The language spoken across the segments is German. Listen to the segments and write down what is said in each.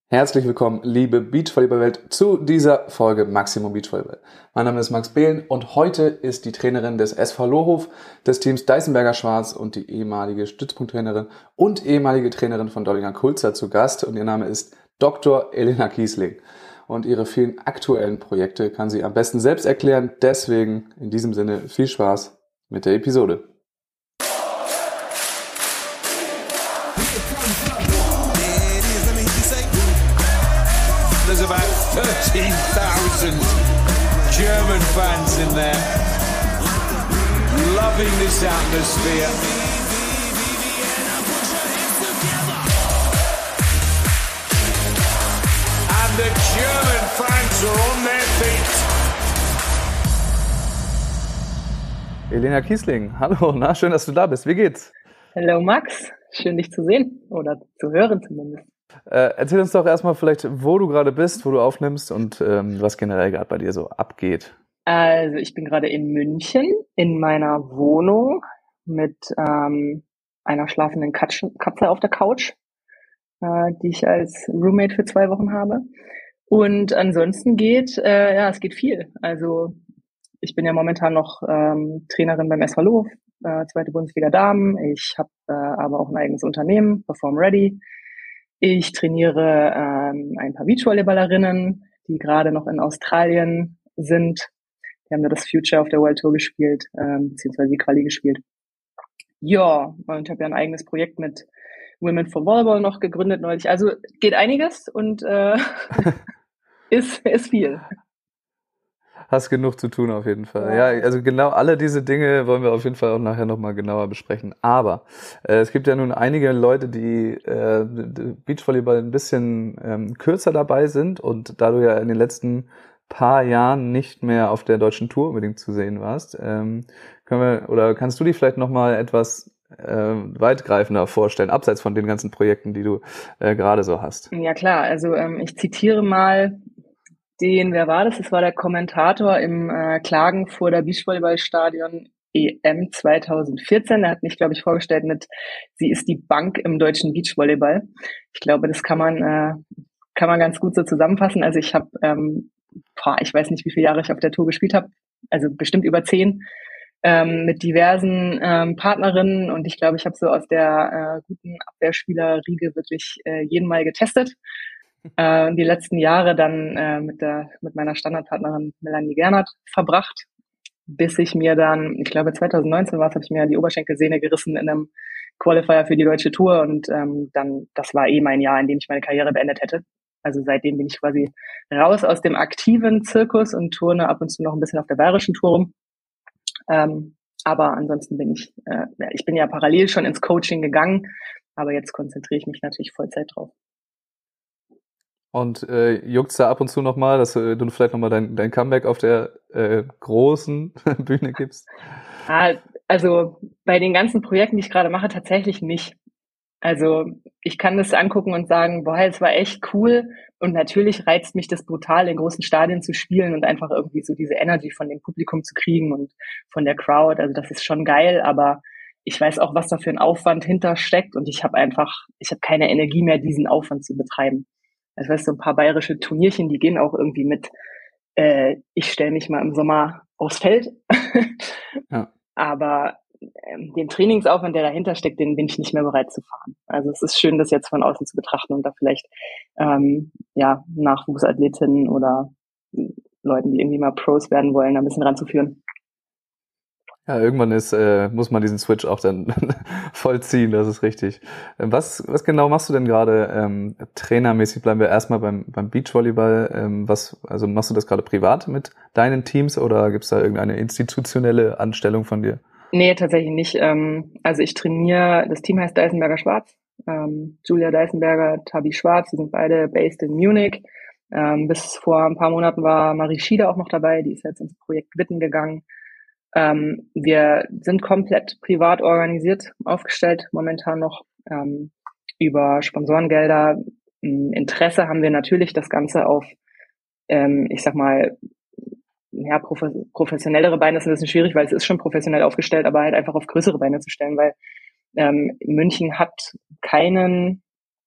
Herzlich willkommen, liebe Beachvolleyball-Welt, zu dieser Folge Maximum Beachvolleyball. Mein Name ist Max Behlen und heute ist die Trainerin des SV Lohof, des Teams Deißenberger Schwarz und die ehemalige Stützpunkttrainerin und ehemalige Trainerin von Dollinger Kulzer zu Gast und ihr Name ist Dr. Elena Kiesling. Und ihre vielen aktuellen Projekte kann sie am besten selbst erklären, deswegen in diesem Sinne viel Spaß mit der Episode. There's about 13,000 German fans in there, loving this atmosphere. And the German fans are on their feet. Elena Kiesling, hallo, na, schön, dass du da bist. Wie geht's? Hallo Max, schön dich zu sehen oder zu hören zumindest. Erzähl uns doch erstmal vielleicht, wo du gerade bist, wo du aufnimmst und was generell gerade bei dir so abgeht. Also ich bin gerade in München in meiner Wohnung mit einer schlafenden Katze auf der Couch, die ich als Roommate für 2 Wochen habe. Und ansonsten es geht viel. Also ich bin ja momentan noch Trainerin beim SV Lohof, 2. Bundesliga Damen. Ich habe aber auch ein eigenes Unternehmen, Perform Ready. Ich trainiere ein paar Beachvolleyballerinnen, die gerade noch in Australien sind. Die haben da das Future auf der World Tour gespielt, beziehungsweise die Quali gespielt. Ja, und ich habe ja ein eigenes Projekt mit Women for Volleyball noch gegründet neulich. Also geht einiges und ist viel. Hast genug zu tun auf jeden Fall. Ja, also genau alle diese Dinge wollen wir auf jeden Fall auch nachher nochmal genauer besprechen. Aber es gibt ja nun einige Leute, die Beachvolleyball ein bisschen kürzer dabei sind und da du ja in den letzten paar Jahren nicht mehr auf der deutschen Tour unbedingt zu sehen warst, kannst du dich vielleicht nochmal etwas weitgreifender vorstellen, abseits von den ganzen Projekten, die du gerade so hast? Ja klar, also ich zitiere mal wer war das? Das war der Kommentator im Klagenfurter Beachvolleyballstadion EM 2014. Der hat mich, glaube ich, vorgestellt mit, sie ist die Bank im deutschen Beachvolleyball. Ich glaube, das kann man ganz gut so zusammenfassen. Also ich habe, ich weiß nicht, wie viele Jahre ich auf der Tour gespielt habe, also bestimmt über 10, mit diversen Partnerinnen und ich glaube, ich habe so aus der guten Abwehrspielerriege wirklich jeden mal getestet. Die letzten Jahre dann mit meiner Standardpartnerin Melanie Gernert verbracht, bis ich mir dann, ich glaube 2019 war es, habe ich mir die Oberschenkelsehne gerissen in einem Qualifier für die deutsche Tour und dann, das war mein Jahr, in dem ich meine Karriere beendet hätte. Also seitdem bin ich quasi raus aus dem aktiven Zirkus und turne ab und zu noch ein bisschen auf der bayerischen Tour rum. Aber ansonsten bin ich bin ja parallel schon ins Coaching gegangen, aber jetzt konzentriere ich mich natürlich Vollzeit drauf. Und juckt's da ab und zu nochmal, dass du vielleicht nochmal dein Comeback auf der großen Bühne gibst? Also bei den ganzen Projekten, die ich gerade mache, tatsächlich nicht. Also ich kann das angucken und sagen, boah, es war echt cool. Und natürlich reizt mich das brutal, in großen Stadien zu spielen und einfach irgendwie so diese Energy von dem Publikum zu kriegen und von der Crowd. Also das ist schon geil, aber ich weiß auch, was da für ein Aufwand hintersteckt und ich habe keine Energie mehr, diesen Aufwand zu betreiben. Also weißt du, so ein paar bayerische Turnierchen, die gehen auch irgendwie mit, ich stelle mich mal im Sommer aufs Feld. Ja. Aber den Trainingsaufwand, der dahinter steckt, den bin ich nicht mehr bereit zu fahren. Also es ist schön, das jetzt von außen zu betrachten und da vielleicht Nachwuchsathletinnen oder Leuten, die irgendwie mal Pros werden wollen, da ein bisschen ranzuführen. Ja, irgendwann muss man diesen Switch auch dann vollziehen, das ist richtig. Was genau machst du denn gerade trainermäßig? Bleiben wir erstmal beim Beachvolleyball. Also machst du das gerade privat mit deinen Teams oder gibt's da irgendeine institutionelle Anstellung von dir? Nee, tatsächlich nicht. Also ich trainiere, das Team heißt Deißenberger Schwarz. Julia Deißenberger, Tabi Schwarz, die sind beide based in Munich. Bis vor ein paar Monaten war Marie Schieder auch noch dabei, die ist jetzt ins Projekt Witten gegangen. Wir sind komplett privat organisiert, aufgestellt, momentan noch über Sponsorengelder. Interesse haben wir natürlich, das Ganze auf, ich sag mal, professionellere Beine ist ein bisschen schwierig, weil es ist schon professionell aufgestellt, aber halt einfach auf größere Beine zu stellen, weil München hat keinen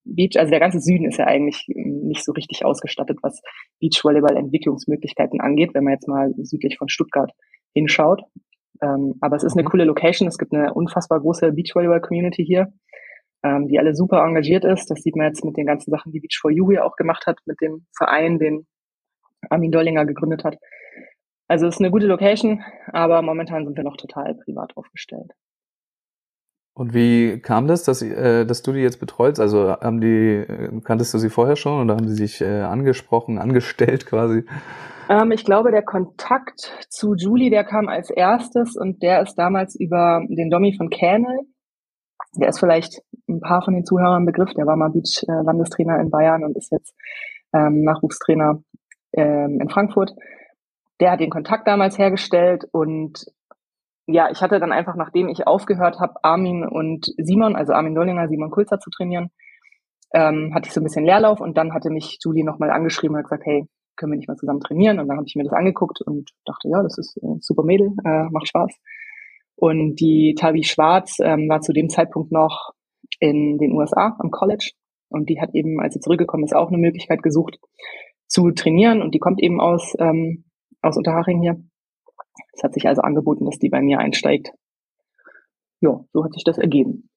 Beach, also der ganze Süden ist ja eigentlich nicht so richtig ausgestattet, was Beachvolleyball-Entwicklungsmöglichkeiten angeht, wenn man jetzt mal südlich von Stuttgart hinschaut. Aber es ist eine coole Location. Es gibt eine unfassbar große Beachvolleyball-Community hier, die alle super engagiert ist. Das sieht man jetzt mit den ganzen Sachen, die Beach4U hier auch gemacht hat, mit dem Verein, den Armin Dollinger gegründet hat. Also es ist eine gute Location, aber momentan sind wir noch total privat aufgestellt. Und wie kam das, dass du die jetzt betreust? Also kanntest du sie vorher schon oder haben sie sich angestellt quasi? Ich glaube, der Kontakt zu Julie, der kam als erstes und der ist damals über den Domi von Kähnel. Der ist vielleicht ein paar von den Zuhörern Begriff. Der war mal Beach-Landestrainer in Bayern und ist jetzt Nachwuchstrainer in Frankfurt. Der hat den Kontakt damals hergestellt und ja, ich hatte dann einfach, nachdem ich aufgehört habe, Armin und Simon, also Armin Dollinger, Simon Kulzer zu trainieren, hatte ich so ein bisschen Leerlauf und dann hatte mich Julie nochmal angeschrieben und hat gesagt, hey, können wir nicht mal zusammen trainieren? Und dann habe ich mir das angeguckt und dachte, ja, das ist ein super Mädel, macht Spaß. Und die Tavi Schwarz war zu dem Zeitpunkt noch in den USA am College und die hat eben, als sie zurückgekommen ist, auch eine Möglichkeit gesucht zu trainieren und die kommt eben aus Unterhaching hier. Es hat sich also angeboten, dass die bei mir einsteigt. Ja, so hat sich das ergeben.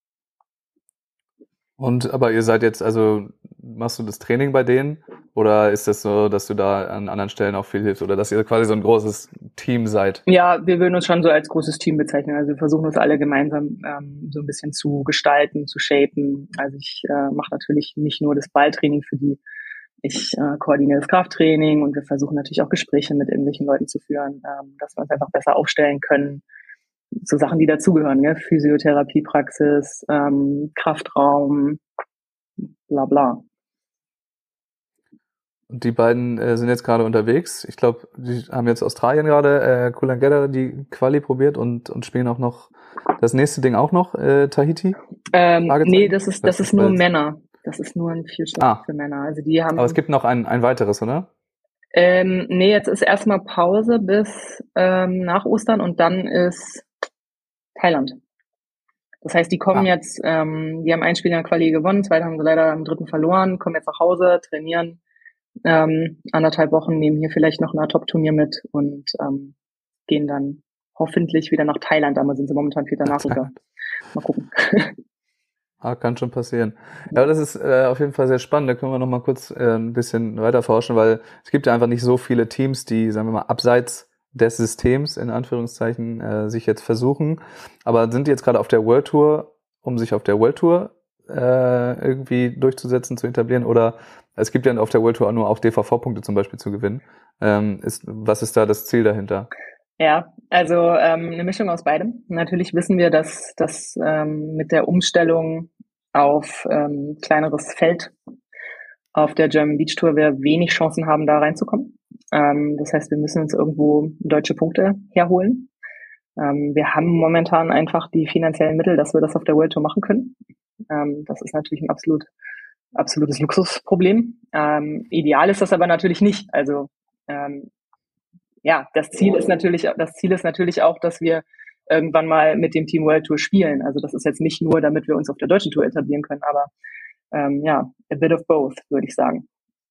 Aber ihr seid jetzt, also machst du das Training bei denen oder ist das so, dass du da an anderen Stellen auch viel hilfst oder dass ihr quasi so ein großes Team seid? Ja, wir würden uns schon so als großes Team bezeichnen. Also wir versuchen uns alle gemeinsam so ein bisschen zu gestalten, zu shapen. Also ich mache natürlich nicht nur das Balltraining für die, ich koordiniere das Krafttraining und wir versuchen natürlich auch Gespräche mit irgendwelchen Leuten zu führen, dass wir uns einfach besser aufstellen können. So Sachen, die dazugehören, ne? Physiotherapiepraxis, Kraftraum, bla bla. Und die beiden sind jetzt gerade unterwegs. Ich glaube, die haben jetzt Australien gerade, Coolangatta die Quali probiert und spielen auch noch das nächste Ding auch noch, Tahiti? Nee, das ist nur Männer. Das ist nur ein Future für Männer. Also die haben. Aber es gibt noch ein weiteres, oder? Nee, jetzt ist erstmal Pause bis nach Ostern und dann ist Thailand. Das heißt, die kommen jetzt, die haben ein Spiel in der Quali gewonnen, zwei haben sie leider am dritten verloren, kommen jetzt nach Hause, trainieren 1,5 Wochen, nehmen hier vielleicht noch ein Top-Turnier mit und gehen dann hoffentlich wieder nach Thailand, aber sind sie momentan wieder Nachrücker. Mal gucken. Kann schon passieren. Ja, aber das ist auf jeden Fall sehr spannend. Da können wir noch mal kurz ein bisschen weiter forschen, weil es gibt ja einfach nicht so viele Teams, die, sagen wir mal, abseits des Systems, in Anführungszeichen, sich jetzt versuchen. Aber sind die jetzt gerade auf der World Tour, um sich auf der World Tour irgendwie durchzusetzen, zu etablieren? Oder es gibt ja auf der World Tour nur auch DVV-Punkte zum Beispiel zu gewinnen. Was ist da das Ziel dahinter? Ja, also eine Mischung aus beidem. Natürlich wissen wir, dass das mit der Umstellung auf kleineres Feld auf der German Beach Tour wir wenig Chancen haben, da reinzukommen. Das heißt, wir müssen uns irgendwo deutsche Punkte herholen. Wir haben momentan einfach die finanziellen Mittel, dass wir das auf der World Tour machen können. Das ist natürlich ein absolutes Luxusproblem. Ideal ist das aber natürlich nicht. Also ja, das Ziel ist natürlich auch, dass wir irgendwann mal mit dem Team World Tour spielen. Also das ist jetzt nicht nur, damit wir uns auf der deutschen Tour etablieren können, aber ja, a bit of both, würde ich sagen.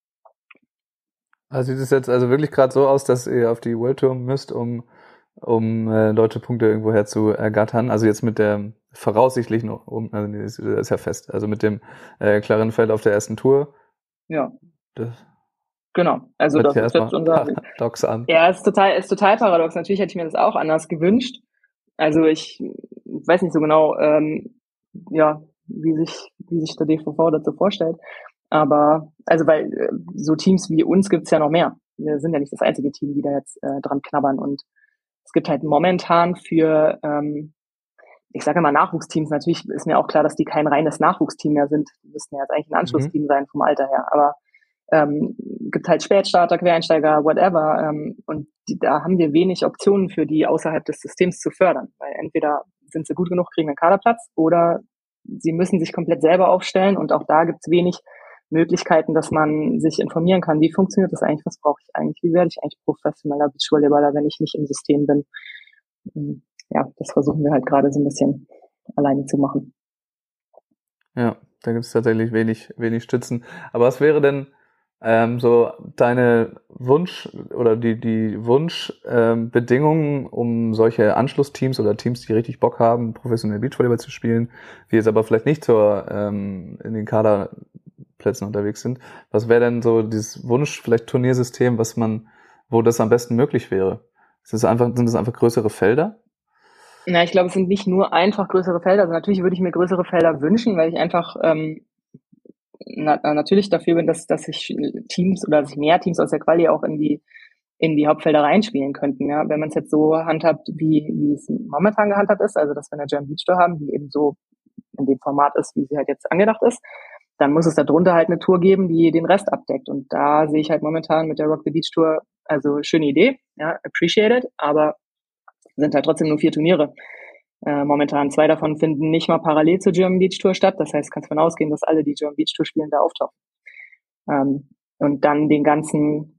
Also sieht es jetzt also wirklich gerade so aus, dass ihr auf die World Tour müsst, um deutsche Punkte irgendwoher zu ergattern. Also jetzt mit der voraussichtlichen, also nee, das ist ja fest, also mit dem klaren Feld auf der ersten Tour. Ja. Genau, also das ist jetzt unser paradox an. Ja, ist total paradox. Natürlich hätte ich mir das auch anders gewünscht. Also ich weiß nicht so genau, ja, wie sich der DVV dazu vorstellt. Aber also weil so Teams wie uns gibt's ja noch mehr. Wir sind ja nicht das einzige Team, die da jetzt dran knabbern. Und es gibt halt momentan für, ich sage mal Nachwuchsteams, natürlich ist mir auch klar, dass die kein reines Nachwuchsteam mehr sind. Die müssten ja jetzt eigentlich ein Anschlussteam sein vom Alter her. Aber gibt halt Spätstarter, Quereinsteiger, whatever. Und da haben wir wenig Optionen für die außerhalb des Systems zu fördern. Weil entweder sind sie gut genug, kriegen einen Kaderplatz oder sie müssen sich komplett selber aufstellen. Und auch da gibt es wenig Möglichkeiten, dass man sich informieren kann. Wie funktioniert das eigentlich? Was brauche ich eigentlich? Wie werde ich eigentlich professioneller Beachvolleyballer, wenn ich nicht im System bin? Ja, das versuchen wir halt gerade so ein bisschen alleine zu machen. Ja. Da gibt es tatsächlich wenig Stützen. Aber was wäre denn so deine Wunsch oder die Bedingungen, um solche Anschlussteams oder Teams, die richtig Bock haben, professionell Beachvolleyball zu spielen, die jetzt aber vielleicht nicht in den Kaderplätzen unterwegs sind? Was wäre denn so dieses Wunsch, vielleicht Turniersystem, wo das am besten möglich wäre? Sind das einfach größere Felder? Na, ich glaube, es sind nicht nur einfach größere Felder. Also natürlich würde ich mir größere Felder wünschen, weil ich einfach natürlich dafür bin, dass sich Teams oder sich mehr Teams aus der Quali auch in die Hauptfelder reinspielen könnten. Ja, wenn man es jetzt so handhabt, wie es momentan gehandhabt ist, also dass wir eine German Beach Tour haben, die eben so in dem Format ist, wie sie halt jetzt angedacht ist, dann muss es darunter halt eine Tour geben, die den Rest abdeckt. Und da sehe ich halt momentan mit der Rock the Beach Tour, also schöne Idee, ja, appreciated, aber sind halt trotzdem nur 4 Turniere. Momentan 2 davon finden nicht mal parallel zur German Beach Tour statt. Das heißt, kannst davon ausgehen, dass alle, die German Beach Tour spielen, da auftauchen. Und dann den ganzen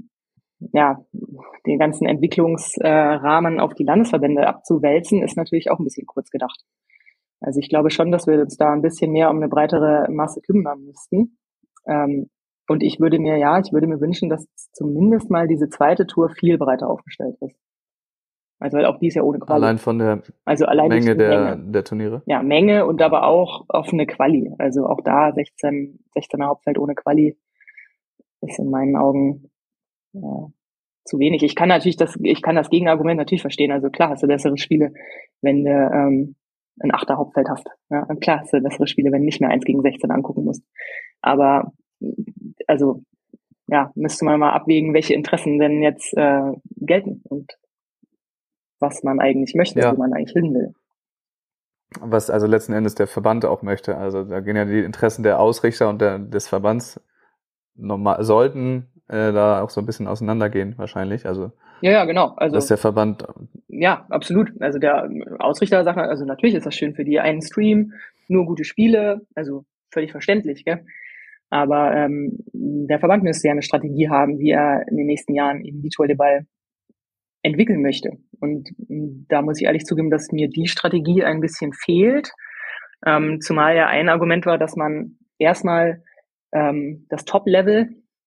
Entwicklungsrahmen auf die Landesverbände abzuwälzen, ist natürlich auch ein bisschen kurz gedacht. Also ich glaube schon, dass wir uns da ein bisschen mehr um eine breitere Masse kümmern müssten. Und ich würde mir wünschen, dass zumindest mal diese zweite Tour viel breiter aufgestellt ist. Also auch die ist ja ohne Quali. Allein von der Menge der Turniere? Ja, Menge und aber auch offene Quali. Also auch da 16er Hauptfeld ohne Quali ist in meinen Augen zu wenig. Ich kann das Gegenargument natürlich verstehen. Also klar hast du bessere Spiele, wenn du ein 8er Hauptfeld hast. Ja, und klar hast du bessere Spiele, wenn du nicht mehr 1 gegen 16 angucken musst. Aber also ja, müsste man mal abwägen, welche Interessen denn jetzt gelten und was man eigentlich möchte, wo man eigentlich hin will. Was also letzten Endes der Verband auch möchte. Also da gehen ja die Interessen der Ausrichter und des Verbands sollten da auch so ein bisschen auseinandergehen wahrscheinlich. Also ja, genau. Also dass der Verband ja, absolut. Also der Ausrichter sagt, also natürlich ist das schön für die einen Stream, nur gute Spiele, also völlig verständlich, gell? Aber der Verband müsste ja eine Strategie haben, wie er in den nächsten Jahren eben Beachvolleyball entwickeln möchte. Und da muss ich ehrlich zugeben, dass mir die Strategie ein bisschen fehlt. Zumal ja ein Argument war, dass man erstmal das Top-Level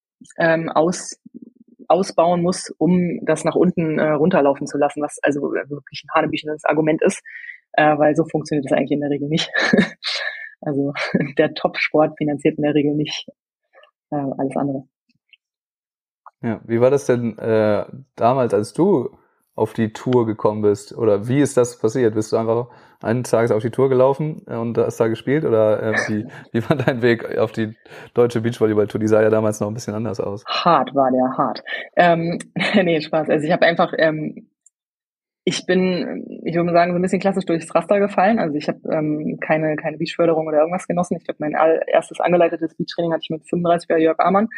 ausbauen muss, um das nach unten runterlaufen zu lassen, was also wirklich ein hanebüchenes Argument ist, weil so funktioniert das eigentlich in der Regel nicht. Also der Top-Sport finanziert in der Regel nicht alles andere. Ja, wie war das denn damals, als du auf die Tour gekommen bist? Oder wie ist das passiert? Bist du einfach eines Tages auf die Tour gelaufen und hast da gespielt? Oder wie war dein Weg auf die deutsche Beachvolleyball-Tour? Die sah ja damals noch ein bisschen anders aus. Hart war der, hart. Nee, Spaß. Also ich habe einfach, ich würde mal sagen, so ein bisschen klassisch durchs Raster gefallen. Also ich habe keine Beachförderung oder irgendwas genossen. Ich glaube, mein erstes angeleitetes Beachtraining hatte ich mit 35 bei Jörg Amann.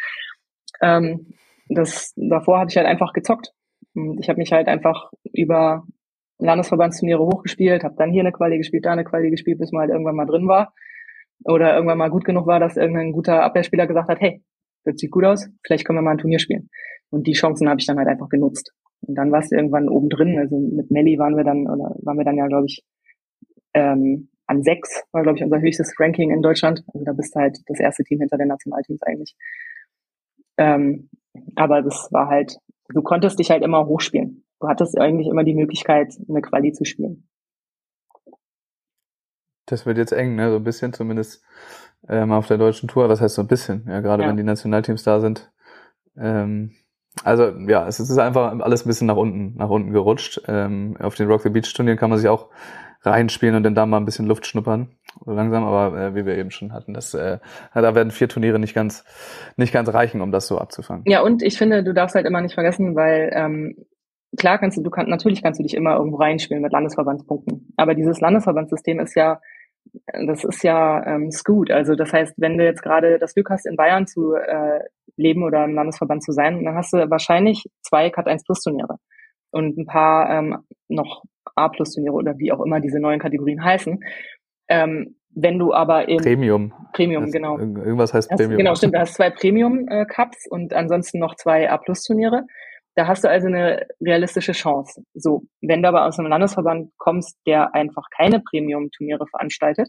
Davor habe ich halt einfach gezockt. Und ich habe mich halt einfach über Landesverbandsturniere hochgespielt, habe dann hier eine Quali gespielt, da eine Quali gespielt, bis man halt irgendwann mal drin war. Oder irgendwann mal gut genug war, dass irgendein guter Abwehrspieler gesagt hat, hey, das sieht gut aus, vielleicht können wir mal ein Turnier spielen. Und die Chancen habe ich dann halt einfach genutzt. Und dann warst du irgendwann oben drin. Also mit Melli waren wir dann ja, glaube ich, an 6, war, glaube ich, unser höchstes Ranking in Deutschland. Also da bist du halt das erste Team hinter den Nationalteams eigentlich. Aber das war halt, du konntest dich halt immer hochspielen. Du hattest eigentlich immer die Möglichkeit, eine Quali zu spielen. Das wird jetzt eng, ne? So ein bisschen zumindest auf der deutschen Tour. Was heißt so ein bisschen? Ja, gerade wenn die Nationalteams da sind. Also ja, es ist einfach alles ein bisschen nach unten gerutscht. Auf den Rock the Beach Turnieren kann man sich auch reinspielen und dann da mal ein bisschen Luft schnuppern, so langsam, aber wie wir eben schon hatten, da werden 4 Turniere nicht ganz reichen, um das so abzufangen. Ja, und ich finde, du darfst halt immer nicht vergessen, weil klar natürlich kannst du dich immer irgendwo reinspielen mit Landesverbandspunkten, aber dieses Landesverbandssystem ist ja Scoot. Also das heißt, wenn du jetzt gerade das Glück hast, in Bayern zu leben oder im Landesverband zu sein, dann hast du wahrscheinlich 2 Cat 1 Plus Turniere und ein paar noch A Plus Turniere oder wie auch immer diese neuen Kategorien heißen. Wenn du aber Premium, genau. Irgendwas heißt Premium. Genau, stimmt. Du hast 2 Premium Cups und ansonsten noch 2 A Plus Turniere. Da hast du also eine realistische Chance. So, wenn du aber aus einem Landesverband kommst, der einfach keine Premium-Turniere veranstaltet,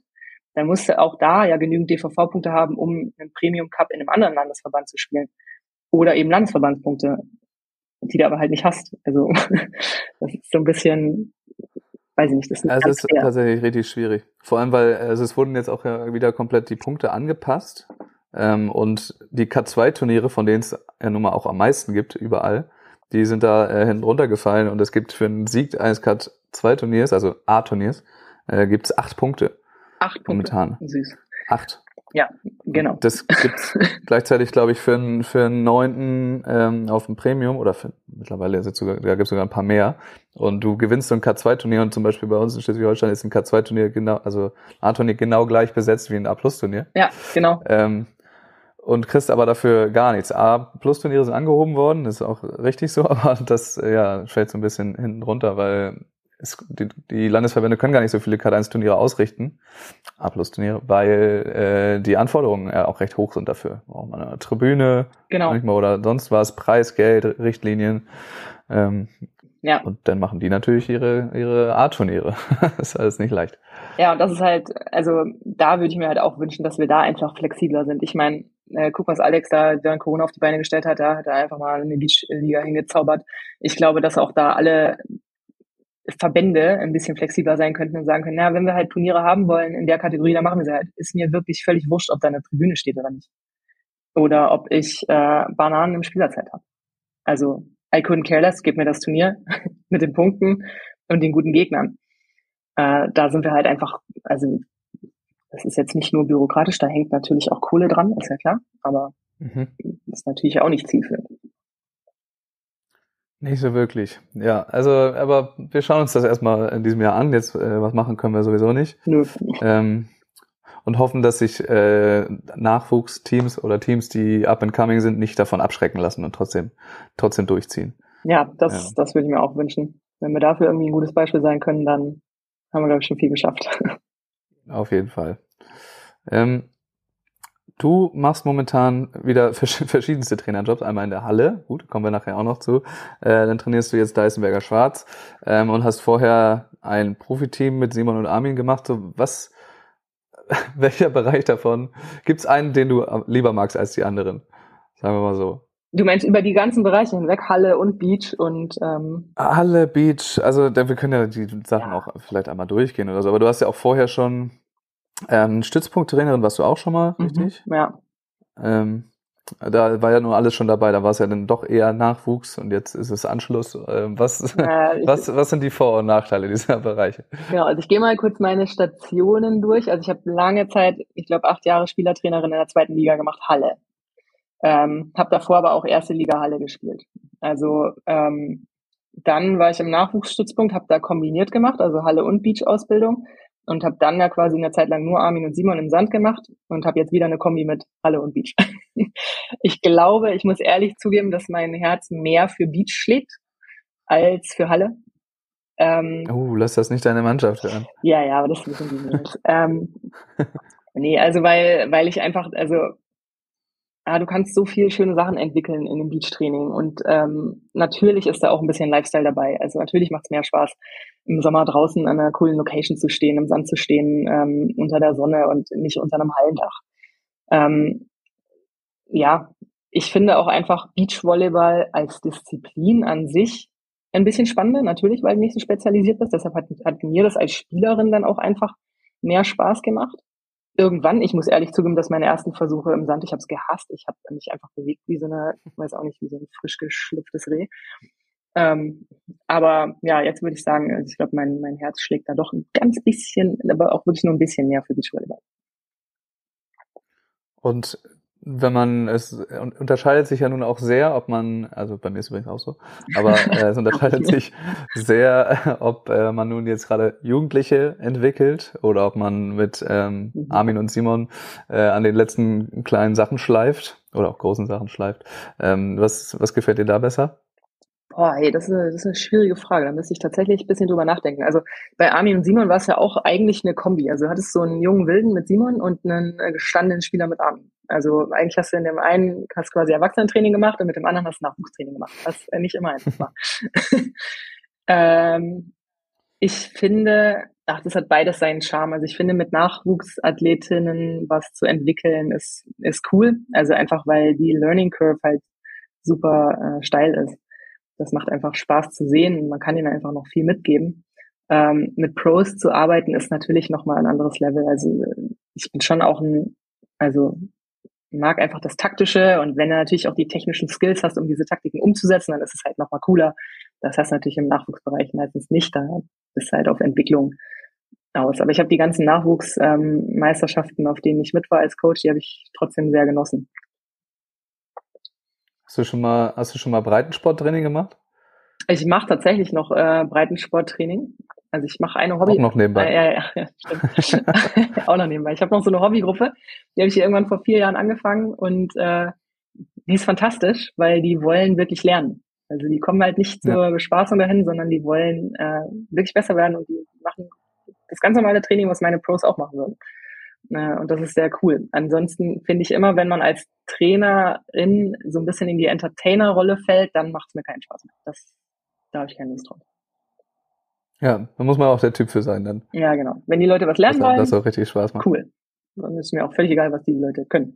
dann musst du auch da ja genügend DVV-Punkte haben, um einen Premium Cup in einem anderen Landesverband zu spielen. Oder eben Landesverbandspunkte, die du aber halt nicht hast. Also das ist so ein bisschen, weiß ich nicht, das ist nicht Also ganz es ist fair. tatsächlich richtig schwierig. Vor allem, weil es wurden jetzt auch ja wieder komplett die Punkte angepasst. Und die K2-Turniere, von denen es ja nun mal auch am meisten gibt, überall, die sind da hinten runtergefallen. Und es gibt für einen Sieg eines K2-Turniers, also A-Turniers, gibt es 8 Punkte 8 Punkte. momentan. Süß. 8. Ja, genau. Das gibt's gleichzeitig, glaube ich, für einen 9. Auf dem Premium oder mittlerweile ist es sogar, da gibt's sogar ein paar mehr. Und du gewinnst so ein K2-Turnier und zum Beispiel bei uns in Schleswig-Holstein ist ein K2-Turnier genau, also A-Turnier genau gleich besetzt wie ein A-Plus-Turnier. Ja, genau. Und kriegst aber dafür gar nichts. A-Plus-Turniere sind angehoben worden, das ist auch richtig so, aber das fällt so ein bisschen hinten runter, weil die Landesverbände können gar nicht so viele K1-Turniere ausrichten, A-Plus-Turniere, weil die Anforderungen auch recht hoch sind dafür. Braucht man eine Tribüne manchmal oder sonst was, Preis, Geld, Richtlinien. Und dann machen die natürlich ihre A-Turniere. Das ist alles nicht leicht. Ja, und das ist halt, also da würde ich mir halt auch wünschen, dass wir da einfach flexibler sind. Ich meine, guck, was Alex da während Corona auf die Beine gestellt hat, da hat er einfach mal eine Beachliga hingezaubert. Ich glaube, dass auch da alle Verbände ein bisschen flexibler sein könnten und sagen können, na, wenn wir halt Turniere haben wollen in der Kategorie, dann machen wir sie halt. Ist mir wirklich völlig wurscht, ob da eine Tribüne steht oder nicht. Oder ob ich Bananen im Spielerzeit habe. Also, I couldn't care less, gib mir das Turnier mit den Punkten und den guten Gegnern. Da sind wir halt einfach, also das ist jetzt nicht nur bürokratisch, da hängt natürlich auch Kohle dran, ist ja klar, aber ist natürlich auch nicht zielführend. Nicht so wirklich. Ja, also, aber wir schauen uns das erstmal in diesem Jahr an. Jetzt, was machen können wir sowieso nicht. Nö. Und hoffen, dass sich Nachwuchsteams oder Teams, die up and coming sind, nicht davon abschrecken lassen und trotzdem durchziehen. Ja, das würde ich mir auch wünschen. Wenn wir dafür irgendwie ein gutes Beispiel sein können, dann haben wir, glaube ich, schon viel geschafft. Auf jeden Fall. Du machst momentan wieder verschiedenste Trainerjobs, einmal in der Halle, gut, kommen wir nachher auch noch zu. Dann trainierst du jetzt Deißenberger Schwarz und hast vorher ein Profiteam mit Simon und Armin gemacht. So, welcher Bereich davon? Gibt's einen, den du lieber magst als die anderen? Sagen wir mal so. Du meinst über die ganzen Bereiche hinweg, Halle und Beach und Halle, Beach, also wir können ja die Sachen auch vielleicht einmal durchgehen oder so, aber du hast ja auch vorher schon Stützpunkttrainerin warst du auch schon mal, richtig? Ja. Da war ja nur alles schon dabei, da war es ja dann doch eher Nachwuchs und jetzt ist es Anschluss. Was sind die Vor- und Nachteile dieser Bereiche? Genau, also ich gehe mal kurz meine Stationen durch. Also ich habe lange Zeit, ich glaube 8 Jahre Spielertrainerin in der 2. Liga gemacht, Halle. Habe davor aber auch 1. Liga Halle gespielt. Also dann war ich im Nachwuchsstützpunkt, habe da kombiniert gemacht, also Halle und Beach-Ausbildung. Und habe dann ja quasi eine Zeit lang nur Armin und Simon im Sand gemacht und habe jetzt wieder eine Kombi mit Halle und Beach. Ich glaube, ich muss ehrlich zugeben, dass mein Herz mehr für Beach schlägt als für Halle. Lass das nicht deine Mannschaft hören. Ja, aber das wissen die nicht. Nee, also weil ich einfach, also du kannst so viele schöne Sachen entwickeln in dem Beachtraining und natürlich ist da auch ein bisschen Lifestyle dabei. Also natürlich macht es mehr Spaß, im Sommer draußen an einer coolen Location zu stehen, im Sand zu stehen, unter der Sonne und nicht unter einem Hallendach. Ich finde auch einfach Beachvolleyball als Disziplin an sich ein bisschen spannender, natürlich, weil du nicht so spezialisiert bist. Deshalb hat mir das als Spielerin dann auch einfach mehr Spaß gemacht. Irgendwann, ich muss ehrlich zugeben, dass meine ersten Versuche im Sand, ich habe es gehasst. Ich habe mich einfach bewegt wie so ein frisch geschlüpftes Reh. Aber ja, jetzt würde ich sagen, also ich glaube, mein Herz schlägt da doch ein ganz bisschen, aber auch wirklich nur ein bisschen mehr für Beachvolleyball. Und wenn man, es unterscheidet sich ja nun auch sehr, ob man, also bei mir ist übrigens auch so, aber es unterscheidet sich sehr, ob man nun jetzt gerade Jugendliche entwickelt oder ob man mit Armin und Simon an den letzten kleinen Sachen schleift oder auch großen Sachen schleift. Was gefällt dir da besser? Boah, hey, das ist eine schwierige Frage. Da müsste ich tatsächlich ein bisschen drüber nachdenken. Also bei Armin und Simon war es ja auch eigentlich eine Kombi. Also du hattest so einen jungen Wilden mit Simon und einen gestandenen Spieler mit Armin. Also eigentlich hast du in dem einen hast quasi Erwachsenentraining gemacht und mit dem anderen hast du Nachwuchstraining gemacht, was nicht immer einfach war. Ich finde, Ach, das hat beides seinen Charme. Also ich finde, mit Nachwuchsathletinnen was zu entwickeln, ist cool. Also einfach, weil die Learning Curve halt super steil ist. Das macht einfach Spaß zu sehen. Man kann ihnen einfach noch viel mitgeben. Mit Pros zu arbeiten ist natürlich nochmal ein anderes Level. Also ich bin schon auch also mag einfach das Taktische, und wenn du natürlich auch die technischen Skills hast, um diese Taktiken umzusetzen, dann ist es halt nochmal cooler. Das hast du natürlich im Nachwuchsbereich meistens nicht. Da bist du halt auf Entwicklung aus. Aber ich habe die ganzen Nachwuchsmeisterschaften, auf denen ich mit war als Coach, die habe ich trotzdem sehr genossen. Hast du schon mal Breitensporttraining gemacht? Ich mache tatsächlich noch Breitensporttraining. Also ich mache eine Hobby. Auch noch nebenbei. Ja, stimmt. Auch noch nebenbei. Ich habe noch so eine Hobbygruppe, die habe ich hier irgendwann vor 4 Jahren angefangen, und die ist fantastisch, weil die wollen wirklich lernen. Also die kommen halt nicht zur Bespaßung dahin, sondern die wollen wirklich besser werden, und die machen das ganz normale Training, was meine Pros auch machen würden. Und das ist sehr cool. Ansonsten finde ich immer, wenn man als Trainerin so ein bisschen in die Entertainer-Rolle fällt, dann macht es mir keinen Spaß mehr. Da habe ich keine Lust drauf. Ja, da muss man auch der Typ für sein dann. Ja, genau. Wenn die Leute was lernen wollen, das auch richtig Spaß macht. Cool. Dann ist mir auch völlig egal, was die Leute können.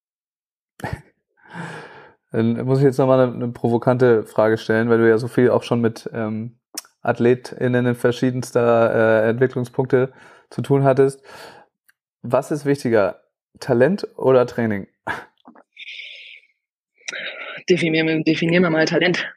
Dann muss ich jetzt nochmal eine provokante Frage stellen, weil du ja so viel auch schon mit AthletInnen verschiedenster Entwicklungspunkte zu tun hattest. Was ist wichtiger, Talent oder Training? Definier mir mal Talent.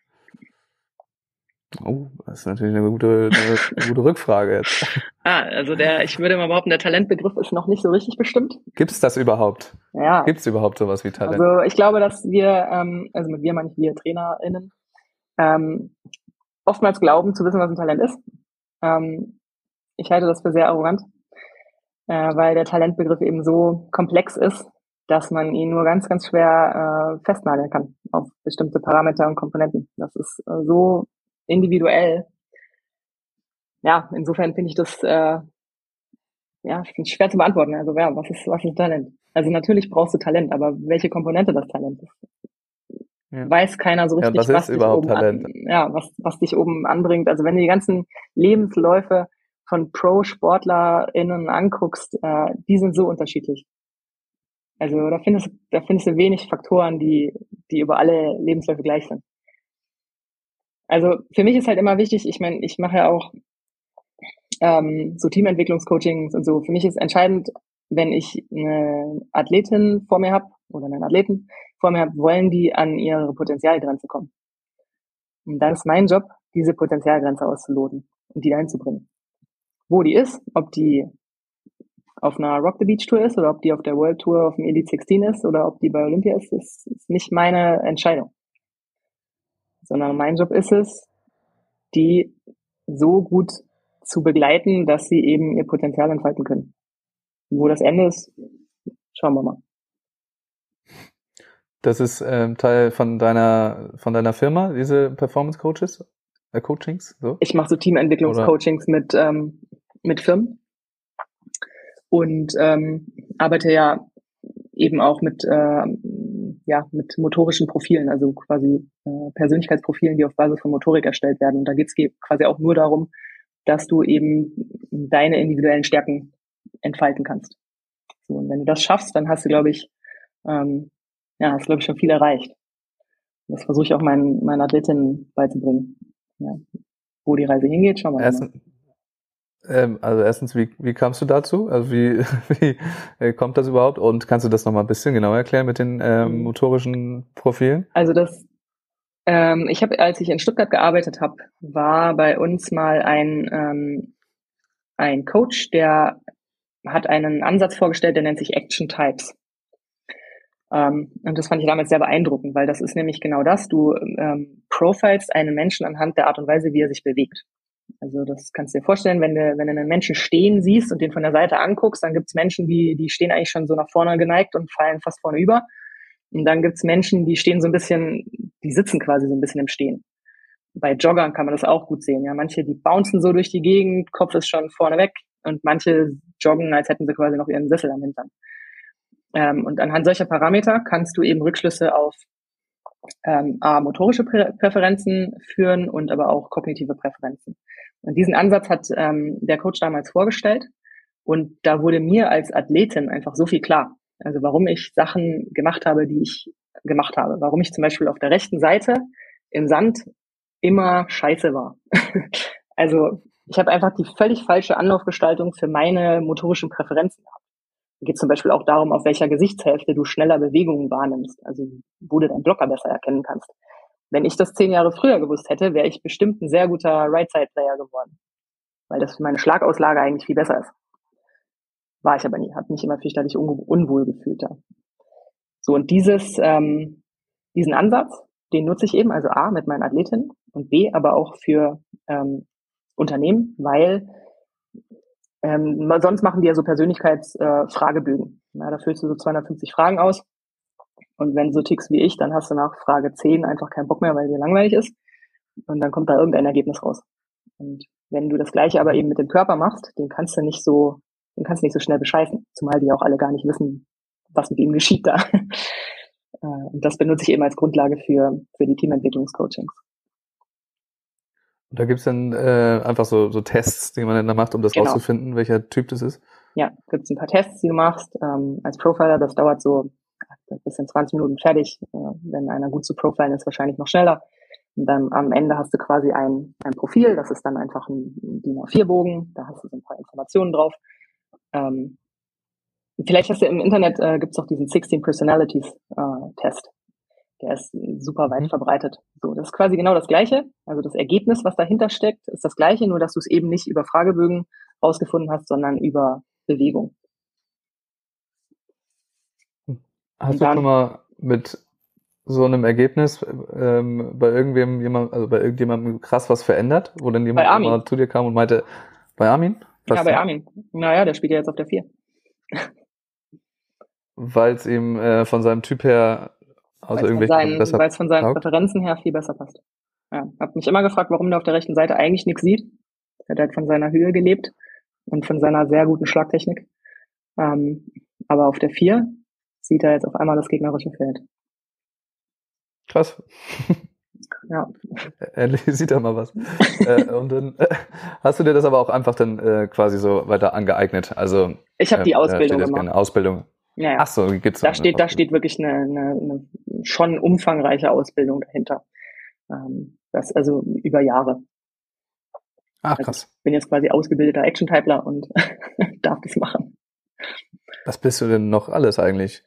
Oh, das ist natürlich eine gute Rückfrage jetzt. Also ich würde mal behaupten, der Talentbegriff ist noch nicht so richtig bestimmt. Gibt's das überhaupt? Ja. Gibt's überhaupt sowas wie Talent? Also ich glaube, dass wir, also mit wir meine ich wir TrainerInnen, oftmals glauben zu wissen, was ein Talent ist. Ich halte das für sehr arrogant, weil der Talentbegriff eben so komplex ist, dass man ihn nur ganz, ganz schwer festnageln kann auf bestimmte Parameter und Komponenten. Das ist so individuell. Ja, insofern finde ich das schwer zu beantworten. Also ja, was ist Talent? Also natürlich brauchst du Talent, aber welche Komponente das Talent ist, weiß keiner so richtig, was ist überhaupt Talent? Was dich oben anbringt. Also wenn du die ganzen Lebensläufe von Pro-SportlerInnen anguckst, die sind so unterschiedlich. Also da findest du wenig Faktoren, die über alle Lebensläufe gleich sind. Also für mich ist halt immer wichtig, ich meine, ich mache ja auch so Teamentwicklungscoachings und so. Für mich ist entscheidend, wenn ich eine Athletin vor mir habe oder einen Athleten vor mir habe, wollen die an ihre Potenzialgrenze kommen. Und dann ist mein Job, diese Potenzialgrenze auszuloten und die dahin zu bringen. Wo die ist, ob die auf einer Rock the Beach Tour ist oder ob die auf der World Tour auf dem Elite 16 ist oder ob die bei Olympia ist nicht meine Entscheidung. Sondern mein Job ist es, die so gut zu begleiten, dass sie eben ihr Potenzial entfalten können. Wo das Ende ist, schauen wir mal. Das ist Teil von deiner Firma, diese Performance Coachings? So? Ich mache so Teamentwicklungscoachings mit Firmen und arbeite ja eben auch mit motorischen Profilen, also quasi Persönlichkeitsprofilen, die auf Basis von Motorik erstellt werden. Und da geht's quasi auch nur darum, dass du eben deine individuellen Stärken entfalten kannst. So, und wenn du das schaffst, dann hast du, glaube ich, schon viel erreicht. Das versuche ich auch meinen Athletinnen beizubringen. Ja. Wo die Reise hingeht, schauen wir mal. Erstens, wie kamst du dazu? Also wie kommt das überhaupt? Und kannst du das nochmal ein bisschen genauer erklären mit den motorischen Profilen? Also ich habe, als ich in Stuttgart gearbeitet habe, war bei uns mal ein Coach, der hat einen Ansatz vorgestellt, der nennt sich Action Types. Und das fand ich damals sehr beeindruckend, weil das ist nämlich genau das. Du profilst einen Menschen anhand der Art und Weise, wie er sich bewegt. Also das kannst du dir vorstellen, wenn du einen Menschen stehen siehst und den von der Seite anguckst, dann gibt's Menschen, die stehen eigentlich schon so nach vorne geneigt und fallen fast vorne über. Und dann gibt's Menschen, die stehen so ein bisschen, die sitzen quasi so ein bisschen im Stehen. Bei Joggern kann man das auch gut sehen. Ja, manche, die bouncen so durch die Gegend, Kopf ist schon vorne weg, und manche joggen, als hätten sie quasi noch ihren Sessel am Hintern. Und anhand solcher Parameter kannst du eben Rückschlüsse auf motorische Präferenzen führen und aber auch kognitive Präferenzen. Und diesen Ansatz hat der Coach damals vorgestellt. Und da wurde mir als Athletin einfach so viel klar. Also warum ich Sachen gemacht habe, die ich gemacht habe. Warum ich zum Beispiel auf der rechten Seite im Sand immer scheiße war. Also ich habe einfach die völlig falsche Anlaufgestaltung für meine motorischen Präferenzen gehabt. Es geht zum Beispiel auch darum, auf welcher Gesichtshälfte du schneller Bewegungen wahrnimmst, also wo du deinen Blocker besser erkennen kannst. Wenn ich das 10 Jahre früher gewusst hätte, wäre ich bestimmt ein sehr guter Right-Side-Player geworden, weil das für meine Schlagauslage eigentlich viel besser ist. War ich aber nie, habe mich immer fürchterlich unwohl gefühlt da. So, und diesen Ansatz, den nutze ich eben, also A, mit meinen Athletinnen und B, aber auch für Unternehmen, weil sonst machen die ja so Persönlichkeitsfragebögen. Da füllst du so 250 Fragen aus und wenn du so tickst wie ich, dann hast du nach Frage 10 einfach keinen Bock mehr, weil dir langweilig ist und dann kommt da irgendein Ergebnis raus. Und wenn du das Gleiche aber eben mit dem Körper machst, den kannst du nicht so schnell bescheißen, zumal die auch alle gar nicht wissen, was mit ihm geschieht da. Und das benutze ich eben als Grundlage für die Teamentwicklungscoachings. Und da gibt's dann einfach so Tests, die man dann da macht, um das rauszufinden, welcher Typ das ist? Ja, gibt's ein paar Tests, die du machst. Als Profiler, das dauert so bis in 20 Minuten fertig. Wenn einer gut zu profilen ist, wahrscheinlich noch schneller. Und dann am Ende hast du quasi ein Profil, das ist dann einfach ein DIN A4-Bogen, da hast du so ein paar Informationen drauf. Vielleicht hast du im Internet, gibt's auch diesen 16 Personalities Test. Der ist super weit verbreitet. So, das ist quasi genau das Gleiche. Also das Ergebnis, was dahinter steckt, ist das Gleiche, nur dass du es eben nicht über Fragebögen rausgefunden hast, sondern über Bewegung. Hast du schon mal mit so einem Ergebnis bei irgendjemandem krass was verändert, wo dann jemand mal zu dir kam und meinte, bei Armin? Ja, bei Armin. Naja, der spielt ja jetzt auf der 4. Weil es ihm von seinem Typ her weil es von seinen Präferenzen her viel besser passt. Ja, hab mich immer gefragt, warum der auf der rechten Seite eigentlich nichts sieht. Er hat halt von seiner Höhe gelebt und von seiner sehr guten Schlagtechnik. Aber auf der 4 sieht er jetzt auf einmal das gegnerische Feld. Krass. Ja. Endlich sieht er mal was. Und dann hast du dir das aber auch einfach dann quasi so weiter angeeignet. Also ich habe die Ausbildung gemacht. Ausbildung. Ja. Ach so, gibt's da steht wirklich eine schon umfangreiche Ausbildung dahinter. Das also über Jahre. Ach krass. Also ich bin jetzt quasi ausgebildeter Action-Typler und darf das machen. Was bist du denn noch alles eigentlich?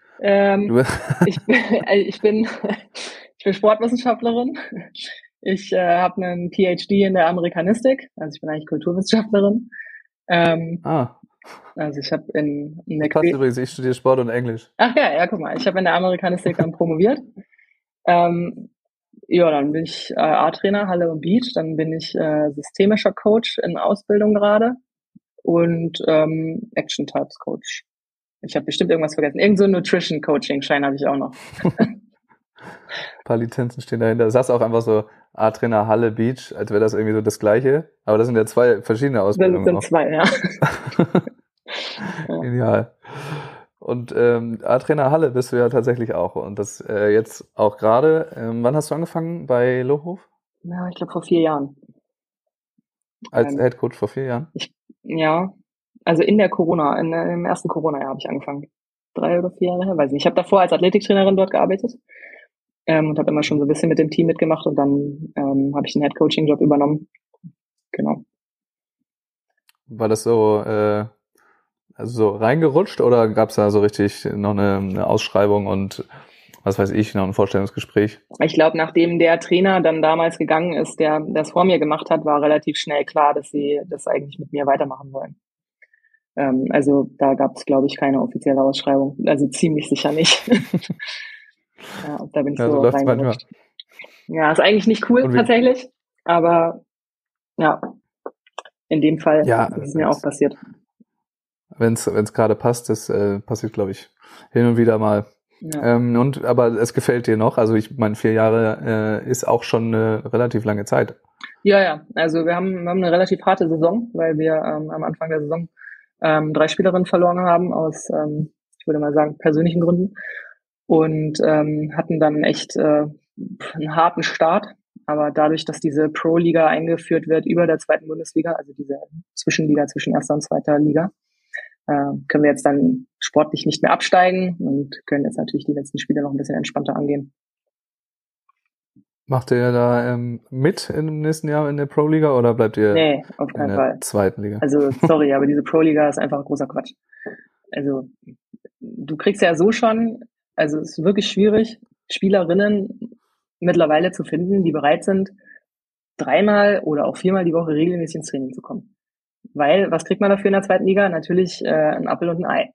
Ich bin Sportwissenschaftlerin. Ich habe einen PhD in der Amerikanistik, also ich bin eigentlich Kulturwissenschaftlerin. Also ich habe in der passt übrigens, ich studiere Sport und Englisch. Ach ja, guck mal, ich habe in der Amerikanistik dann promoviert. Ja, dann bin ich A-Trainer, Halle und Beach, dann bin ich systemischer Coach in Ausbildung gerade und Action Types Coach. Ich habe bestimmt irgendwas vergessen. Irgend so ein Nutrition-Coaching-Schein habe ich auch noch. Ein paar Lizenzen stehen dahinter. Du sagst auch einfach so A-Trainer Halle Beach, als wäre das irgendwie so das Gleiche. Aber das sind ja 2 verschiedene Ausbildungen. Das sind 2, ja. Genial. Und A-Trainer Halle bist du ja tatsächlich auch. Und das jetzt auch gerade. Wann hast du angefangen bei Lohhof? Ja, ich glaube vor 4 Jahren. Als Headcoach vor 4 Jahren? Ja, also im ersten Corona-Jahr habe ich angefangen. 3 oder 4 Jahre her, weiß nicht. Ich habe davor als Athletiktrainerin dort gearbeitet und habe immer schon so ein bisschen mit dem Team mitgemacht und dann habe ich den Head-Coaching-Job übernommen. Genau. War das so so reingerutscht oder gab es da so richtig noch eine Ausschreibung und was weiß ich, noch ein Vorstellungsgespräch? Ich glaube, nachdem der Trainer dann damals gegangen ist, der es vor mir gemacht hat, war relativ schnell klar, dass sie das eigentlich mit mir weitermachen wollen. Also da gab es, glaube ich, keine offizielle Ausschreibung. Also ziemlich sicher nicht. Ja, da bin ich so reingerutscht. Ja, ist eigentlich nicht cool tatsächlich, aber ja, in dem Fall ist es mir auch passiert. Wenn es gerade passt, das passiert, glaube ich, hin und wieder mal. Ja. Aber es gefällt dir noch? Also ich meine, 4 Jahre ist auch schon eine relativ lange Zeit. Ja. Also wir haben eine relativ harte Saison, weil wir am Anfang der Saison 3 Spielerinnen verloren haben aus, ich würde mal sagen, persönlichen Gründen. und hatten dann echt einen harten Start. Aber dadurch, dass diese Pro-Liga eingeführt wird über der zweiten Bundesliga, also diese Zwischenliga zwischen erster und zweiter Liga, können wir jetzt dann sportlich nicht mehr absteigen und können jetzt natürlich die letzten Spiele noch ein bisschen entspannter angehen. Macht ihr da mit im nächsten Jahr in der Pro-Liga oder bleibt ihr Nee, auf in keinen der Fall. zweiten Liga? Also, sorry, aber diese Pro-Liga ist einfach großer Quatsch. Also, du kriegst ja so schon, also es ist wirklich schwierig, Spielerinnen mittlerweile zu finden, die bereit sind, 3-mal oder auch 4-mal die Woche regelmäßig ins Training zu kommen. Weil, was kriegt man dafür in der zweiten Liga? Natürlich ein Apfel und ein Ei.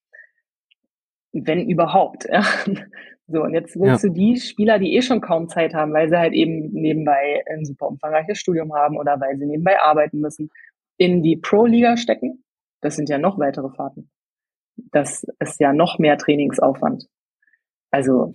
Wenn überhaupt. Ja. So, und jetzt willst du die Spieler, die eh schon kaum Zeit haben, weil sie halt eben nebenbei ein super umfangreiches Studium haben oder weil sie nebenbei arbeiten müssen, in die Pro-Liga stecken. Das sind ja noch weitere Fahrten. Das ist ja noch mehr Trainingsaufwand. Also,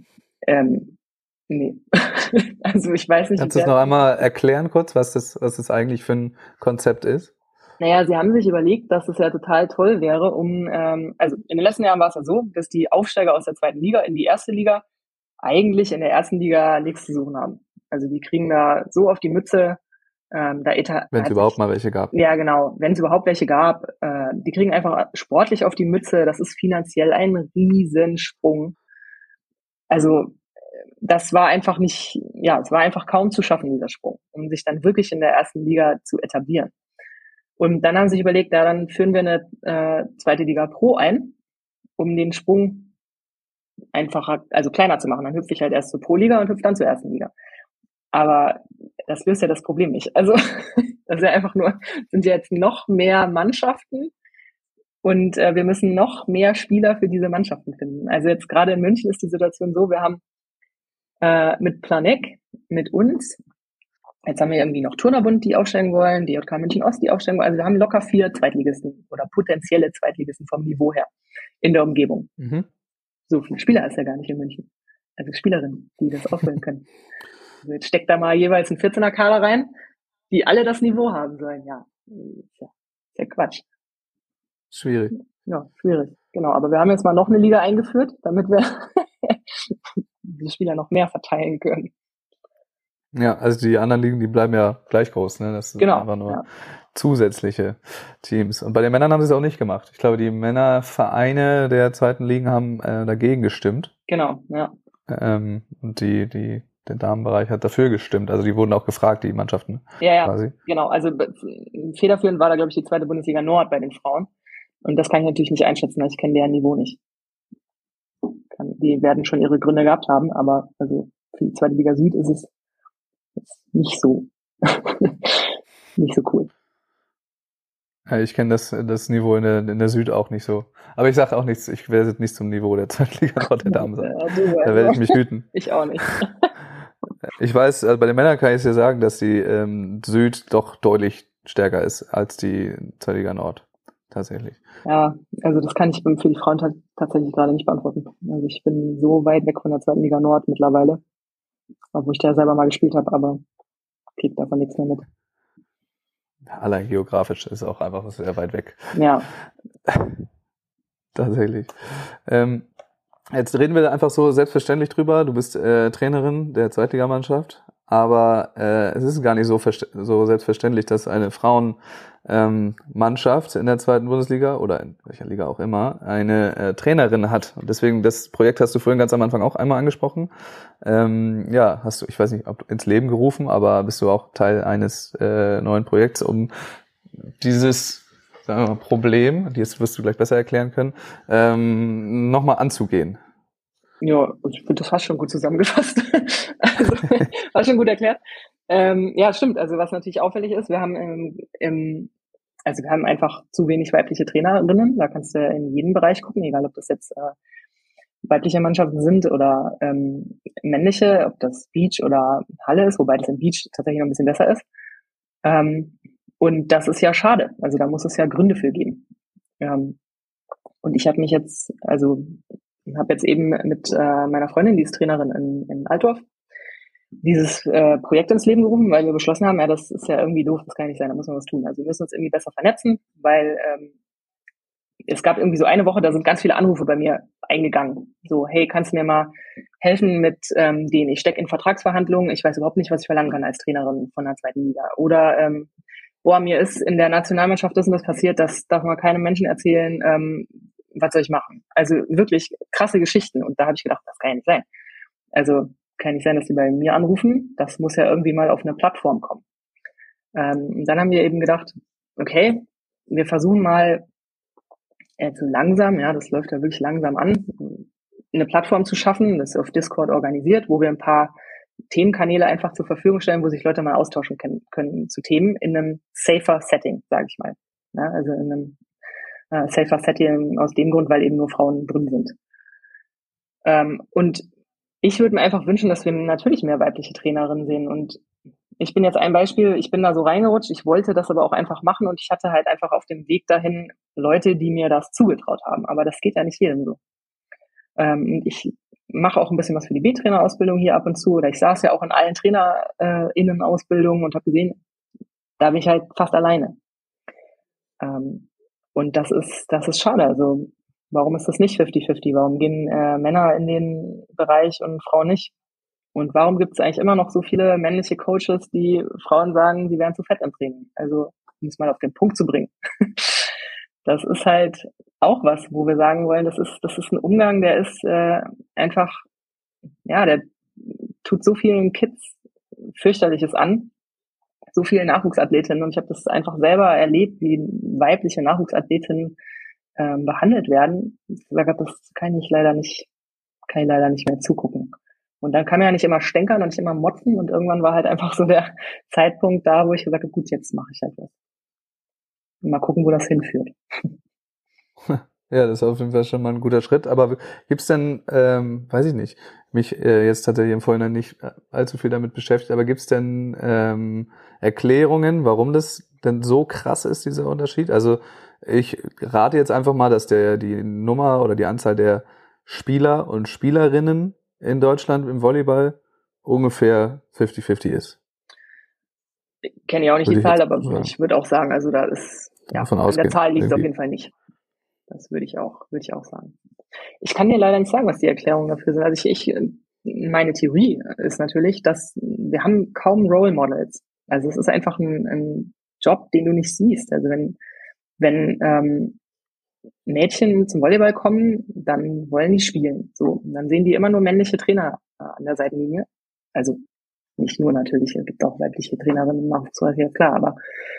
nee. Also ich weiß nicht. Kannst du es noch einmal erklären kurz, was das eigentlich für ein Konzept ist? Naja, sie haben sich überlegt, dass es ja total toll wäre, also in den letzten Jahren war es ja so, dass die Aufsteiger aus der zweiten Liga in die erste Liga eigentlich in der ersten Liga nichts zu suchen haben. Also die kriegen da so auf die Mütze, wenn es überhaupt mal welche gab. Ja, genau, wenn es überhaupt welche gab. Die kriegen einfach sportlich auf die Mütze. Das ist finanziell ein Riesensprung. Also das war einfach nicht, ja, es war einfach kaum zu schaffen, dieser Sprung, um sich dann wirklich in der ersten Liga zu etablieren. Und dann haben sie sich überlegt, ja, dann führen wir eine zweite Liga Pro ein, um den Sprung einfacher, also kleiner zu machen. Dann hüpfe ich halt erst zur Pro-Liga und hüpfe dann zur ersten Liga. Aber das löst ja das Problem nicht. Also das ist ja einfach nur, sind ja jetzt noch mehr Mannschaften und wir müssen noch mehr Spieler für diese Mannschaften finden. Also jetzt gerade in München ist die Situation so, wir haben mit Planegg, mit uns, jetzt haben wir irgendwie noch Turnerbund, die aufsteigen wollen, die JK München Ost, die aufsteigen wollen. Also wir haben locker 4 Zweitligisten oder potenzielle Zweitligisten vom Niveau her in der Umgebung. Mhm. So viele Spieler ist ja gar nicht in München. Also Spielerinnen, die das ausfüllen können. Also jetzt steckt da mal jeweils ein 14er Kader rein, die alle das Niveau haben sollen. Ja, ist ja Quatsch. Schwierig. Ja, schwierig. Genau, aber wir haben jetzt mal noch eine Liga eingeführt, damit wir die Spieler noch mehr verteilen können. Ja, also die anderen Ligen, die bleiben ja gleich groß, ne? Das sind einfach nur zusätzliche Teams. Und bei den Männern haben sie es auch nicht gemacht. Ich glaube, die Männervereine der zweiten Ligen haben dagegen gestimmt. Genau, ja. Und der Damenbereich hat dafür gestimmt. Also die wurden auch gefragt, die Mannschaften. Ja, quasi. Genau. Also federführend war da, glaube ich, die zweite Bundesliga Nord bei den Frauen. Und das kann ich natürlich nicht einschätzen, weil ich kenne deren Niveau nicht. Die werden schon ihre Gründe gehabt haben, aber also für die zweite Liga Süd ist es nicht so nicht so cool. Ja, ich kenne das Niveau in der Süd auch nicht so. Aber ich sage auch nichts, ich werde jetzt nicht zum Niveau der Zweitliga Nord der Damen sein. Da werde ich mich hüten. Ich auch nicht. Ich weiß, also bei den Männern kann ich dir sagen, dass die Süd doch deutlich stärker ist als die Zweitliga Nord. Tatsächlich. Ja, also das kann ich für die Frauen tatsächlich gerade nicht beantworten. Also ich bin so weit weg von der zweiten Liga Nord mittlerweile, obwohl ich da selber mal gespielt habe, aber krieg davon nichts mehr mit. Allein geografisch ist auch einfach sehr weit weg. Ja. Tatsächlich. Jetzt reden wir einfach so selbstverständlich drüber. Du bist Trainerin der Zweitligamannschaft, aber es ist gar nicht so selbstverständlich, dass eine Frauenmannschaft in der zweiten Bundesliga oder in welcher Liga auch immer eine Trainerin hat. Und deswegen, das Projekt hast du vorhin ganz am Anfang auch einmal angesprochen. Hast du, ich weiß nicht, ob ins Leben gerufen, aber bist du auch Teil eines neuen Projekts, um dieses Problem, das wirst du gleich besser erklären können, nochmal anzugehen. Ja, ich finde, das hast schon gut zusammengefasst. Also, hast schon gut erklärt. Ja, stimmt. Also was natürlich auffällig ist, wir haben wir haben einfach zu wenig weibliche Trainerinnen. Da kannst du in jedem Bereich gucken, egal ob das jetzt weibliche Mannschaften sind oder männliche, ob das Beach oder Halle ist, wobei das im Beach tatsächlich noch ein bisschen besser ist. Und das ist ja schade. Also da muss es ja Gründe für geben. Und ich habe mich jetzt, habe jetzt eben mit meiner Freundin, die ist Trainerin in Altdorf, dieses Projekt ins Leben gerufen, weil wir beschlossen haben, ja, das ist ja irgendwie doof, das kann nicht sein, da muss man was tun. Also wir müssen uns irgendwie besser vernetzen, weil es gab irgendwie so eine Woche, da sind ganz viele Anrufe bei mir eingegangen. So, hey, kannst du mir mal helfen mit denen? Ich stecke in Vertragsverhandlungen, ich weiß überhaupt nicht, was ich verlangen kann als Trainerin von der zweiten Liga. Oder boah, mir ist in der Nationalmannschaft das und das passiert, das darf man keinem Menschen erzählen, was soll ich machen? Also wirklich krasse Geschichten. Und da habe ich gedacht, das kann ja nicht sein. Also kann nicht sein, dass die bei mir anrufen. Das muss ja irgendwie mal auf eine Plattform kommen. Dann haben wir eben gedacht, okay, wir versuchen mal so langsam, ja, das läuft ja wirklich langsam an, eine Plattform zu schaffen, das ist auf Discord organisiert, wo wir ein paar Themenkanäle einfach zur Verfügung stellen, wo sich Leute mal austauschen können zu Themen in einem safer Setting, sage ich mal. Ja, also in einem safer Setting aus dem Grund, weil eben nur Frauen drin sind. Und ich würde mir einfach wünschen, dass wir natürlich mehr weibliche Trainerinnen sehen. Und ich bin jetzt ein Beispiel, ich bin da so reingerutscht, ich wollte das aber auch einfach machen und ich hatte halt einfach auf dem Weg dahin Leute, die mir das zugetraut haben. Aber das geht ja nicht jedem so. Ich mache auch ein bisschen was für die B-Trainer-Ausbildung hier ab und zu, oder ich saß ja auch in allen TrainerInnen-Ausbildungen und habe gesehen, da bin ich halt fast alleine. Und das ist schade. Also warum ist das nicht 50-50? Warum gehen Männer in den Bereich und Frauen nicht? Und warum gibt es eigentlich immer noch so viele männliche Coaches, die Frauen sagen, sie wären zu fett im Training? Also, um es mal auf den Punkt zu bringen. Das ist halt auch was, wo wir sagen wollen, das ist ein Umgang, der ist einfach, ja, der tut so vielen Kids fürchterliches an, so vielen Nachwuchsathletinnen. Und ich habe das einfach selber erlebt, wie weibliche Nachwuchsathletinnen behandelt werden. Ich sage, das kann ich leider nicht mehr zugucken. Und dann kann man ja nicht immer stänkern und nicht immer motzen. Und irgendwann war halt einfach so der Zeitpunkt da, wo ich gesagt habe, gut, jetzt mache ich halt was. Und mal gucken, wo das hinführt. Ja, das ist auf jeden Fall schon mal ein guter Schritt. Aber gibt's denn, weiß ich nicht, mich jetzt tatsächlich im Vorhinein nicht allzu viel damit beschäftigt, aber gibt's denn Erklärungen, warum das denn so krass ist, dieser Unterschied? Also ich rate jetzt einfach mal, dass die Nummer oder die Anzahl der Spieler und Spielerinnen in Deutschland im Volleyball ungefähr 50-50 ist. Ich kenne ja auch nicht die Zahl, aber ich würde auch sagen, also da ist, ja, an der Zahl liegt es auf jeden Fall nicht. Das würde ich auch sagen. Ich kann dir leider nicht sagen, was die Erklärungen dafür sind. Also meine Theorie ist natürlich, dass wir haben kaum Role Models. Also es ist einfach ein Job, den du nicht siehst. Also wenn Mädchen zum Volleyball kommen, dann wollen die spielen. So, und dann sehen die immer nur männliche Trainer an der Seitenlinie. Also nicht nur natürlich, es gibt auch weibliche Trainerinnen, das ja klar, aber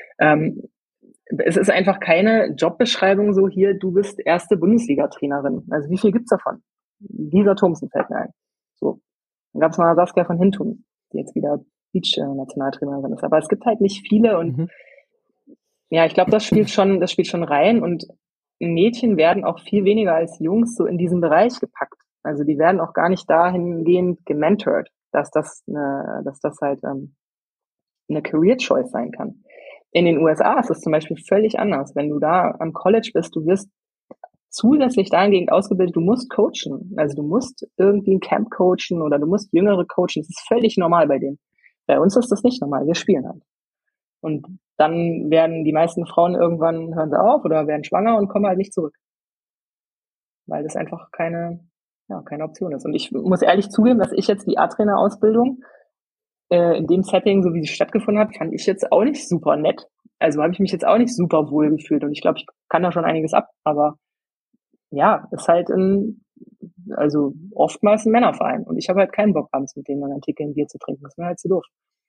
es ist einfach keine Jobbeschreibung so hier, du bist erste Bundesliga-Trainerin. Also wie viel gibt's davon? Lisa Thomsen fällt mir ein. So. Dann gab's mal Saskia von Hintum, die jetzt wieder Beach-Nationaltrainerin ist. Aber es gibt halt nicht viele und ja, ich glaube, das spielt schon rein und Mädchen werden auch viel weniger als Jungs so in diesen Bereich gepackt. Also die werden auch gar nicht dahingehend gementort, dass das halt eine Career Choice sein kann. In den USA ist es zum Beispiel völlig anders. Wenn du da am College bist, du wirst zusätzlich dahingehend ausgebildet, du musst coachen. Also du musst irgendwie ein Camp coachen oder du musst Jüngere coachen. Das ist völlig normal bei denen. Bei uns ist das nicht normal. Wir spielen halt. Und dann werden die meisten Frauen irgendwann, hören sie auf oder werden schwanger und kommen halt nicht zurück. Weil das einfach keine Option ist. Und ich muss ehrlich zugeben, dass ich jetzt die A-Trainer-Ausbildung in dem Setting, so wie sie stattgefunden hat, fand ich jetzt auch nicht super nett. Also habe ich mich jetzt auch nicht super wohl gefühlt. Und ich glaube, ich kann da schon einiges ab. Aber ja, ist halt oftmals ein Männerverein. Und ich habe halt keinen Bock, abends mit denen einen Ticket ein Bier zu trinken. Das ist mir halt zu doof.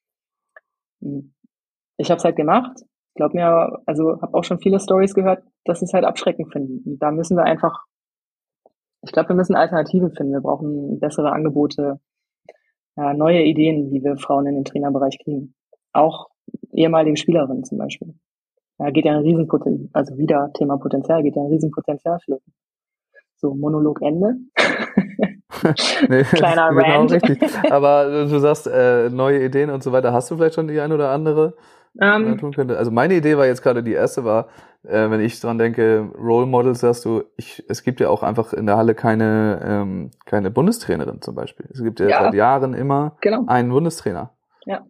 Ich habe es halt gemacht. Glaub mir, also habe auch schon viele Stories gehört, dass sie es halt abschreckend finden. Und da müssen wir einfach, ich glaube, wir müssen Alternativen finden. Wir brauchen bessere Angebote, neue Ideen, wie wir Frauen in den Trainerbereich kriegen. Auch ehemalige Spielerinnen zum Beispiel. Da geht ja ein Riesenpotenzial, also wieder Thema Potenzial, geht ja ein Riesenpotenzial flöten. So, Monolog Ende. Nee, kleiner genau, Rant. richtig. Aber du sagst, neue Ideen und so weiter. Hast du vielleicht schon die ein oder andere, die man tun könnte? Also meine Idee war jetzt gerade, die erste war, wenn ich dran denke, Role Models, sagst du, es gibt ja auch einfach in der Halle keine Bundestrainerin zum Beispiel. Es gibt ja seit Jahren immer einen Bundestrainer. Ja,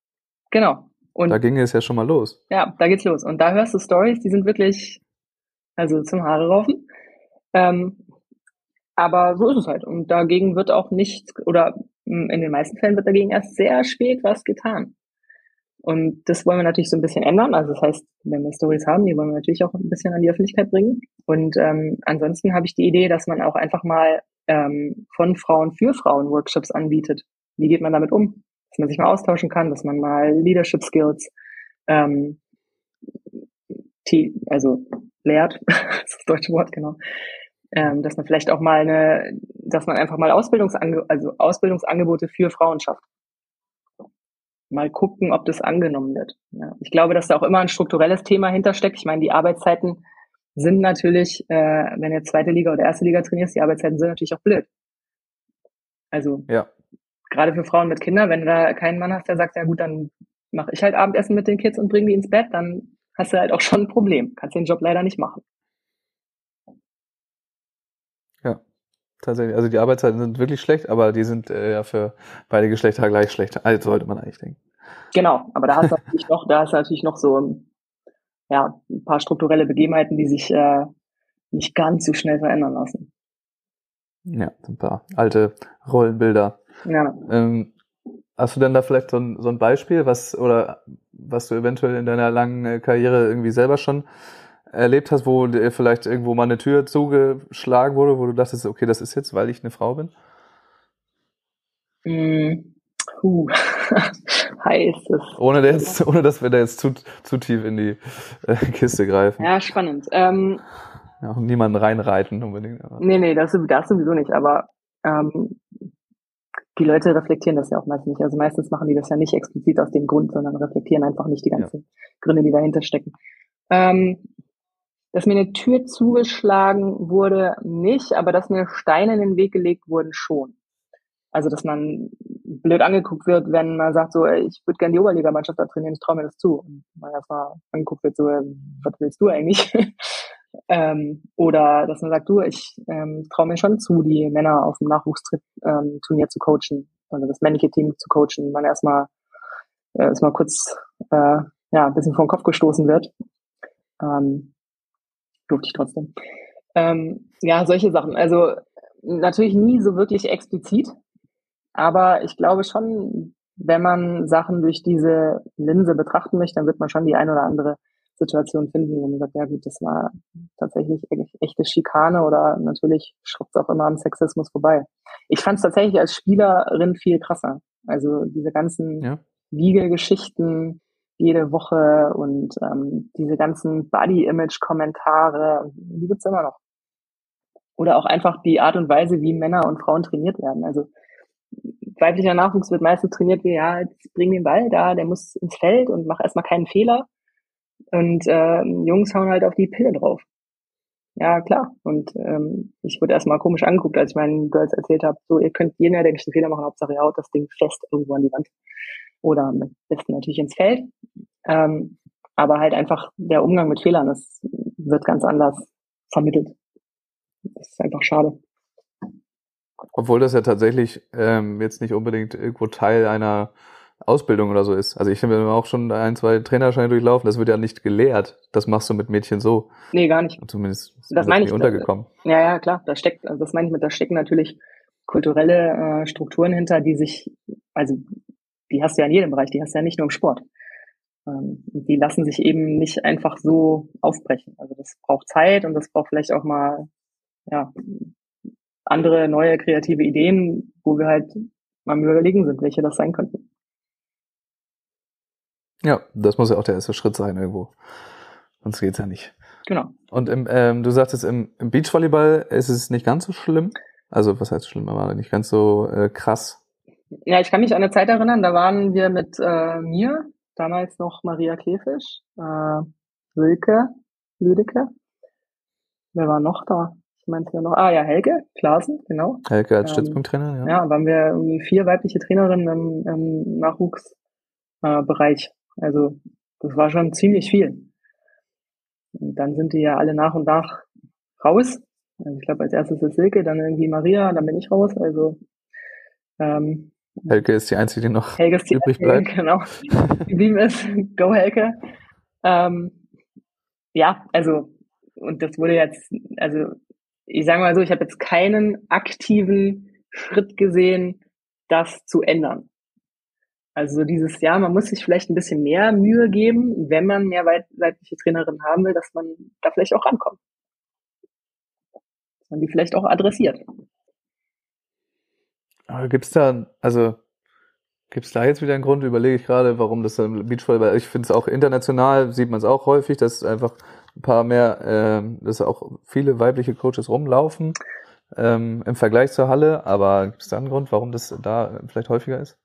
genau. Und da ging es ja schon mal los. Ja, da geht's los. Und da hörst du Stories, die sind wirklich also zum Haare raufen. Ähm, aber so ist es halt. Und dagegen wird auch nichts, oder in den meisten Fällen wird dagegen erst sehr spät was getan. Und das wollen wir natürlich so ein bisschen ändern. Also das heißt, wenn wir Stories haben, die wollen wir natürlich auch ein bisschen an die Öffentlichkeit bringen. Und ansonsten habe ich die Idee, dass man auch einfach mal von Frauen für Frauen Workshops anbietet. Wie geht man damit um? Dass man sich mal austauschen kann, dass man mal Leadership Skills also lehrt, das ist das deutsche Wort, genau. Dass man vielleicht auch mal dass man einfach mal Ausbildungsangebote für Frauen schafft. Mal gucken, ob das angenommen wird. Ja. Ich glaube, dass da auch immer ein strukturelles Thema hintersteckt. Ich meine, die Arbeitszeiten sind natürlich, wenn du jetzt zweite Liga oder erste Liga trainierst, die Arbeitszeiten sind natürlich auch blöd. Also Ja. gerade für Frauen mit Kindern, wenn du da keinen Mann hast, der sagt, ja gut, dann mache ich halt Abendessen mit den Kids und bringe die ins Bett, dann hast du halt auch schon ein Problem. Kannst den Job leider nicht machen. Ja, tatsächlich. Also die Arbeitszeiten sind wirklich schlecht, aber die sind ja für beide Geschlechter gleich schlecht. Also sollte man eigentlich denken. Genau, aber da hast du natürlich noch so ein paar strukturelle Begebenheiten, die sich nicht ganz so schnell verändern lassen. Ja, ein paar alte Rollenbilder. Ja. Hast du denn da vielleicht so ein Beispiel, was du eventuell in deiner langen Karriere irgendwie selber schon erlebt hast, wo dir vielleicht irgendwo mal eine Tür zugeschlagen wurde, wo du dachtest, okay, das ist jetzt, weil ich eine Frau bin? Heiß ist. Ohne dass wir da jetzt zu tief in die Kiste greifen. Ja, spannend. Ja, und niemanden reinreiten unbedingt. Aber. Nee, das sowieso nicht, aber die Leute reflektieren das ja auch meistens nicht. Also meistens machen die das ja nicht explizit aus dem Grund, sondern reflektieren einfach nicht die ganzen Gründe, die dahinter stecken. Dass mir eine Tür zugeschlagen wurde, nicht, aber dass mir Steine in den Weg gelegt wurden, schon. Also, dass man blöd angeguckt wird, wenn man sagt, so, ich würde gerne die Oberligamannschaft da trainieren, ich traue mir das zu. Und man erstmal angeguckt wird, so, was willst du eigentlich? Oder dass man sagt, du, ich traue mir schon zu, die Männer auf dem Nachwuchsturnier zu coachen, also das männliche Team zu coachen. Man erstmal kurz ein bisschen vor den Kopf gestoßen wird. Durfte ich trotzdem. Solche Sachen. Also natürlich nie so wirklich explizit, aber ich glaube schon, wenn man Sachen durch diese Linse betrachten möchte, dann wird man schon die ein oder andere Situation finden, wo man sagt, ja gut, das war tatsächlich echte Schikane oder natürlich schrubbt es auch immer am Sexismus vorbei. Ich fand es tatsächlich als Spielerin viel krasser. Also diese ganzen Wiegelgeschichten jede Woche und diese ganzen Body-Image-Kommentare, die gibt's immer noch. Oder auch einfach die Art und Weise, wie Männer und Frauen trainiert werden. Also weiblicher Nachwuchs wird meistens trainiert wie, ja, jetzt bring den Ball da, der muss ins Feld und mach erstmal keinen Fehler. Und Jungs hauen halt auf die Pille drauf. Ja, klar. Und ich wurde erstmal komisch angeguckt, als ich meinen Girls erzählt habe, so, ihr könnt jeden erdenklichen Fehler machen, Hauptsache ihr haut das Ding fest irgendwo an die Wand. Oder am besten natürlich ins Feld. Aber halt einfach der Umgang mit Fehlern, das wird ganz anders vermittelt. Das ist einfach schade. Obwohl das ja tatsächlich jetzt nicht unbedingt irgendwo Teil einer Ausbildung oder so ist. Also ich habe auch schon 1, 2 Trainerscheine durchlaufen, das wird ja nicht gelehrt. Das machst du mit Mädchen so. Nee, gar nicht. Zumindest ist das meine nie untergekommen. Ja, klar, das meine ich da stecken natürlich kulturelle Strukturen hinter, die hast du ja in jedem Bereich, die hast du ja nicht nur im Sport. Die lassen sich eben nicht einfach so aufbrechen. Also das braucht Zeit und das braucht vielleicht auch mal, andere neue kreative Ideen, wo wir halt mal überlegen sind, welche das sein könnten. Ja, das muss ja auch der erste Schritt sein irgendwo. Sonst geht's ja nicht. Genau. Und du sagtest, im Beachvolleyball ist es nicht ganz so schlimm. Also was heißt schlimm, aber nicht ganz so krass. Ja, ich kann mich an eine Zeit erinnern, da waren wir mit mir, damals noch Maria Klefisch, Wilke, Lüdecke. Wer war noch da? Ich meinte ja noch, Helge Klaassen, genau. Helge als Stützpunkttrainer, ja. Ja, waren wir irgendwie 4 weibliche Trainerinnen im Nachwuchsbereich. Also das war schon ziemlich viel. Und dann sind die ja alle nach und nach raus. Also ich glaube, als erstes ist Silke, dann irgendwie Maria, dann bin ich raus. Also Helke ist die Einzige, die noch übrig bleibt. Genau, geblieben ist. Go Helke. Also und das wurde jetzt, also ich sage mal so, ich habe jetzt keinen aktiven Schritt gesehen, das zu ändern. Also dieses Jahr, man muss sich vielleicht ein bisschen mehr Mühe geben, wenn man mehr weibliche Trainerinnen haben will, dass man da vielleicht auch rankommt. Dass man die vielleicht auch adressiert. Aber gibt's da jetzt wieder einen Grund, überlege ich gerade, warum das dann Beachvolleyball, ich finde es auch international, sieht man es auch häufig, dass einfach ein paar mehr, dass auch viele weibliche Coaches rumlaufen im Vergleich zur Halle, aber gibt es da einen Grund, warum das da vielleicht häufiger ist?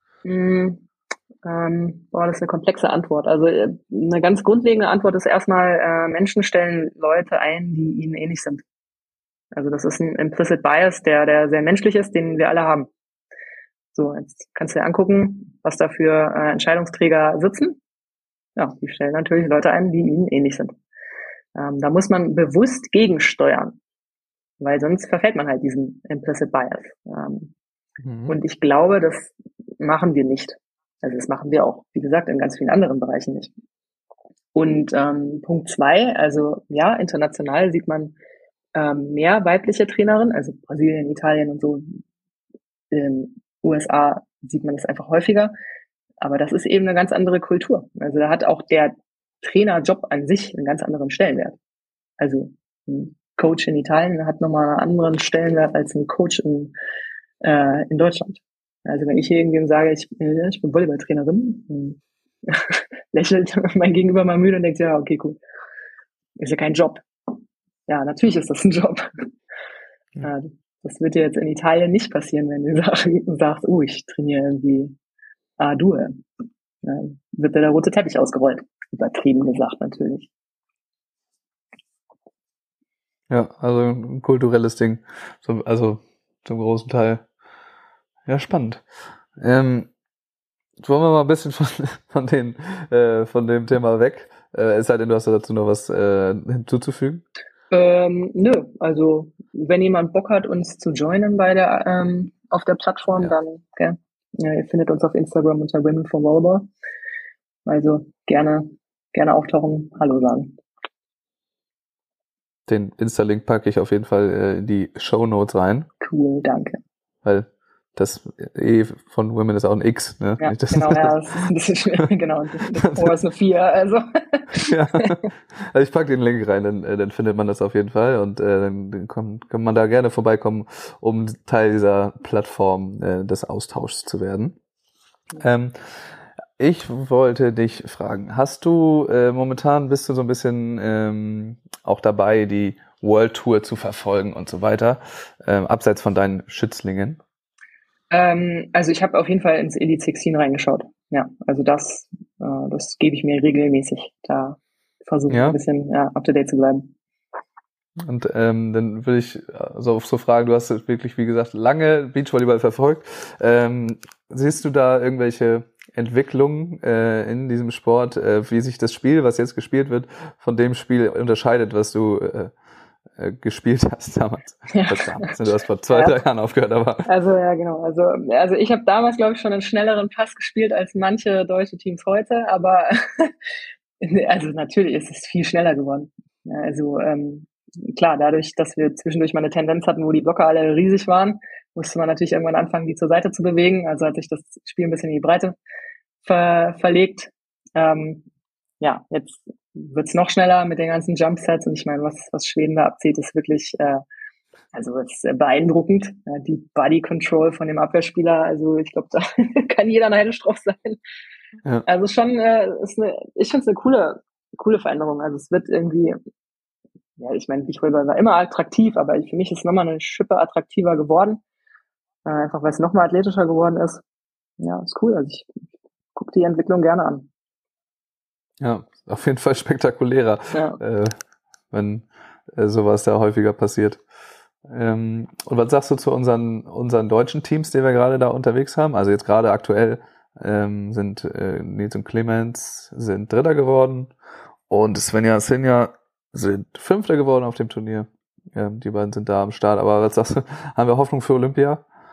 Das ist eine komplexe Antwort. Also eine ganz grundlegende Antwort ist erstmal, Menschen stellen Leute ein, die ihnen ähnlich sind. Also das ist ein Implicit Bias, der sehr menschlich ist, den wir alle haben. So, jetzt kannst du dir angucken, was da für Entscheidungsträger sitzen. Ja, die stellen natürlich Leute ein, die ihnen ähnlich sind. Da muss man bewusst gegensteuern, weil sonst verfällt man halt diesen Implicit Bias. Und ich glaube, das machen wir nicht. Also das machen wir auch, wie gesagt, in ganz vielen anderen Bereichen nicht. Und Punkt 2, also ja, international sieht man mehr weibliche Trainerinnen, also Brasilien, Italien und so. In USA sieht man das einfach häufiger. Aber das ist eben eine ganz andere Kultur. Also da hat auch der Trainerjob an sich einen ganz anderen Stellenwert. Also ein Coach in Italien hat nochmal einen anderen Stellenwert als ein Coach in Deutschland. Also wenn ich hier irgendwem sage, ich bin Volleyballtrainerin, lächelt mein Gegenüber mal müde und denkt, ja, okay, cool. Ist ja kein Job. Ja, natürlich ist das ein Job. Das wird dir jetzt in Italien nicht passieren, wenn du sagst, ich trainiere irgendwie A-Dur. Wird dir der rote Teppich ausgerollt. Übertrieben gesagt, natürlich. Ja, also ein kulturelles Ding. Also zum großen Teil. Ja, spannend. Wollen wir mal ein bisschen von dem Thema weg? Es sei denn, du hast dazu noch was hinzuzufügen? Nö, also wenn jemand Bock hat, uns zu joinen auf der Plattform, dann ihr findet uns auf Instagram unter Women for Volleyball. Also gerne auftauchen, Hallo sagen. Den Insta-Link packe ich auf jeden Fall in die Shownotes rein. Cool, danke. Weil das von Women ist auch ein X, ne? Ja, genau, das ist ein bisschen schwer, genau. Das ist eine 4, also. Ja, also ich packe den Link rein, dann findet man das auf jeden Fall und dann kann man da gerne vorbeikommen, um Teil dieser Plattform des Austauschs zu werden. Ich wollte dich fragen, hast du momentan, bist du so ein bisschen auch dabei, die World Tour zu verfolgen und so weiter, abseits von deinen Schützlingen? Also ich habe auf jeden Fall ins Elite 16 reingeschaut. Ja, also das gebe ich mir regelmäßig. Da versuche ich ein bisschen up to date zu bleiben. Und dann würde ich so fragen, du hast wirklich, wie gesagt, lange Beachvolleyball verfolgt. Siehst du da irgendwelche Entwicklungen in diesem Sport, wie sich das Spiel, was jetzt gespielt wird, von dem Spiel unterscheidet, was du gespielt hast damals? Ja. Du hast vor 2-3 Jahren aufgehört, aber... Also ja, genau. Also ich habe damals, glaube ich, schon einen schnelleren Pass gespielt als manche deutsche Teams heute, aber also natürlich ist es viel schneller geworden. Also klar, dadurch, dass wir zwischendurch mal eine Tendenz hatten, wo die Blocker alle riesig waren, musste man natürlich irgendwann anfangen, die zur Seite zu bewegen. Also hat sich das Spiel ein bisschen in die Breite verlegt. Jetzt wird's noch schneller mit den ganzen Jumpsets und ich meine, was Schweden da abzieht, ist wirklich ist beeindruckend. Die Body Control von dem Abwehrspieler, also ich glaube, da kann jeder neidisch drauf sein. Ja. Also schon ich finde es eine coole Veränderung. Also es wird irgendwie, ja, ich meine, Beachvolleyball war immer attraktiv, aber für mich ist es nochmal eine Schippe attraktiver geworden. Einfach weil es nochmal athletischer geworden ist. Ja, ist cool. Also ich gucke die Entwicklung gerne an. Ja, auf jeden Fall spektakulärer, wenn sowas da häufiger passiert. Und was sagst du zu unseren deutschen Teams, die wir gerade da unterwegs haben? Also jetzt gerade aktuell sind Nils und Clemens sind Dritter geworden und Svenja Sinja sind Fünfter geworden auf dem Turnier. Die beiden sind da am Start. Aber was sagst du? Haben wir Hoffnung für Olympia?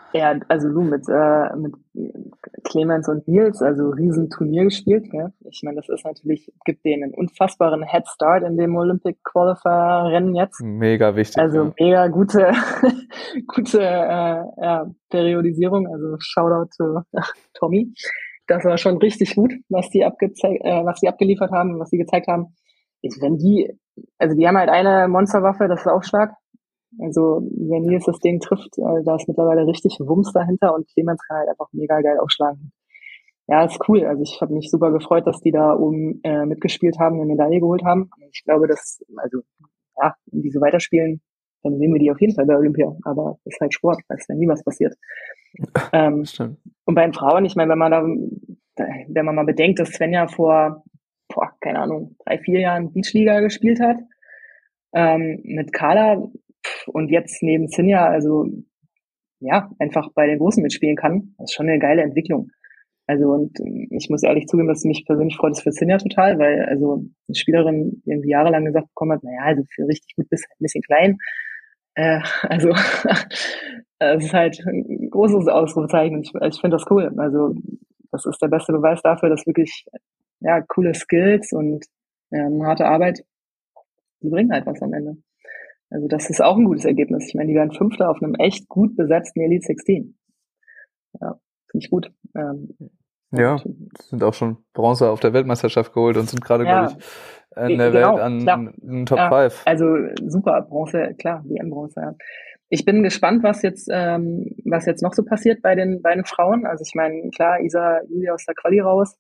Ja, also du mit Clemens und Nils, also riesen Turnier gespielt. Ja. Ich meine, das ist natürlich, gibt denen einen unfassbaren Head Start in dem Olympic Qualifier Rennen jetzt. Mega wichtig, Also ja. mega gute, gute ja, Periodisierung. Also Shoutout zu Tommy. Das war schon richtig gut, was die was die abgeliefert haben, was die gezeigt haben. Wenn die, also die haben halt eine Monsterwaffe, das ist Aufschlag. Also wenn Nils das Ding trifft, da ist mittlerweile richtig Wumms dahinter und Clemens kann halt einfach mega geil aufschlagen. Ja, ist cool. Also ich habe mich super gefreut, dass die da oben mitgespielt haben, eine Medaille geholt haben. Ich glaube, dass, also ja, wenn die so weiterspielen, dann sehen wir die auf jeden Fall bei Olympia. Aber das ist halt Sport, weiß ja nie, was passiert. Stimmt. Und bei den Frauen, ich meine, wenn man mal bedenkt, dass Svenja vor, keine Ahnung, 3-4 Jahren Beachliga gespielt hat, mit Carla und jetzt neben Sinja, also ja, einfach bei den Großen mitspielen kann, das ist schon eine geile Entwicklung. Also und ich muss ehrlich zugeben, dass mich persönlich freut es für Sinja total, weil also eine Spielerin irgendwie jahrelang gesagt bekommen hat, naja, also für richtig gut bist du halt ein bisschen klein. Also es ist halt ein großes Ausrufezeichen. Ich finde das cool. Also das ist der beste Beweis dafür, dass wirklich ja coole Skills und harte Arbeit, die bringen halt was am Ende. Also das ist auch ein gutes Ergebnis. Ich meine, die werden Fünfter auf einem echt gut besetzten Elite 16. Ja, finde ich gut. Ja, sind auch schon Bronze auf der Weltmeisterschaft geholt und sind gerade, ja, glaube ich, in der Welt an Top ja, 5. also super, Bronze, klar, WM-Bronze, ja. Ich bin gespannt, was jetzt noch so passiert bei den Frauen. Also ich meine, klar, Julia aus der Quali raus,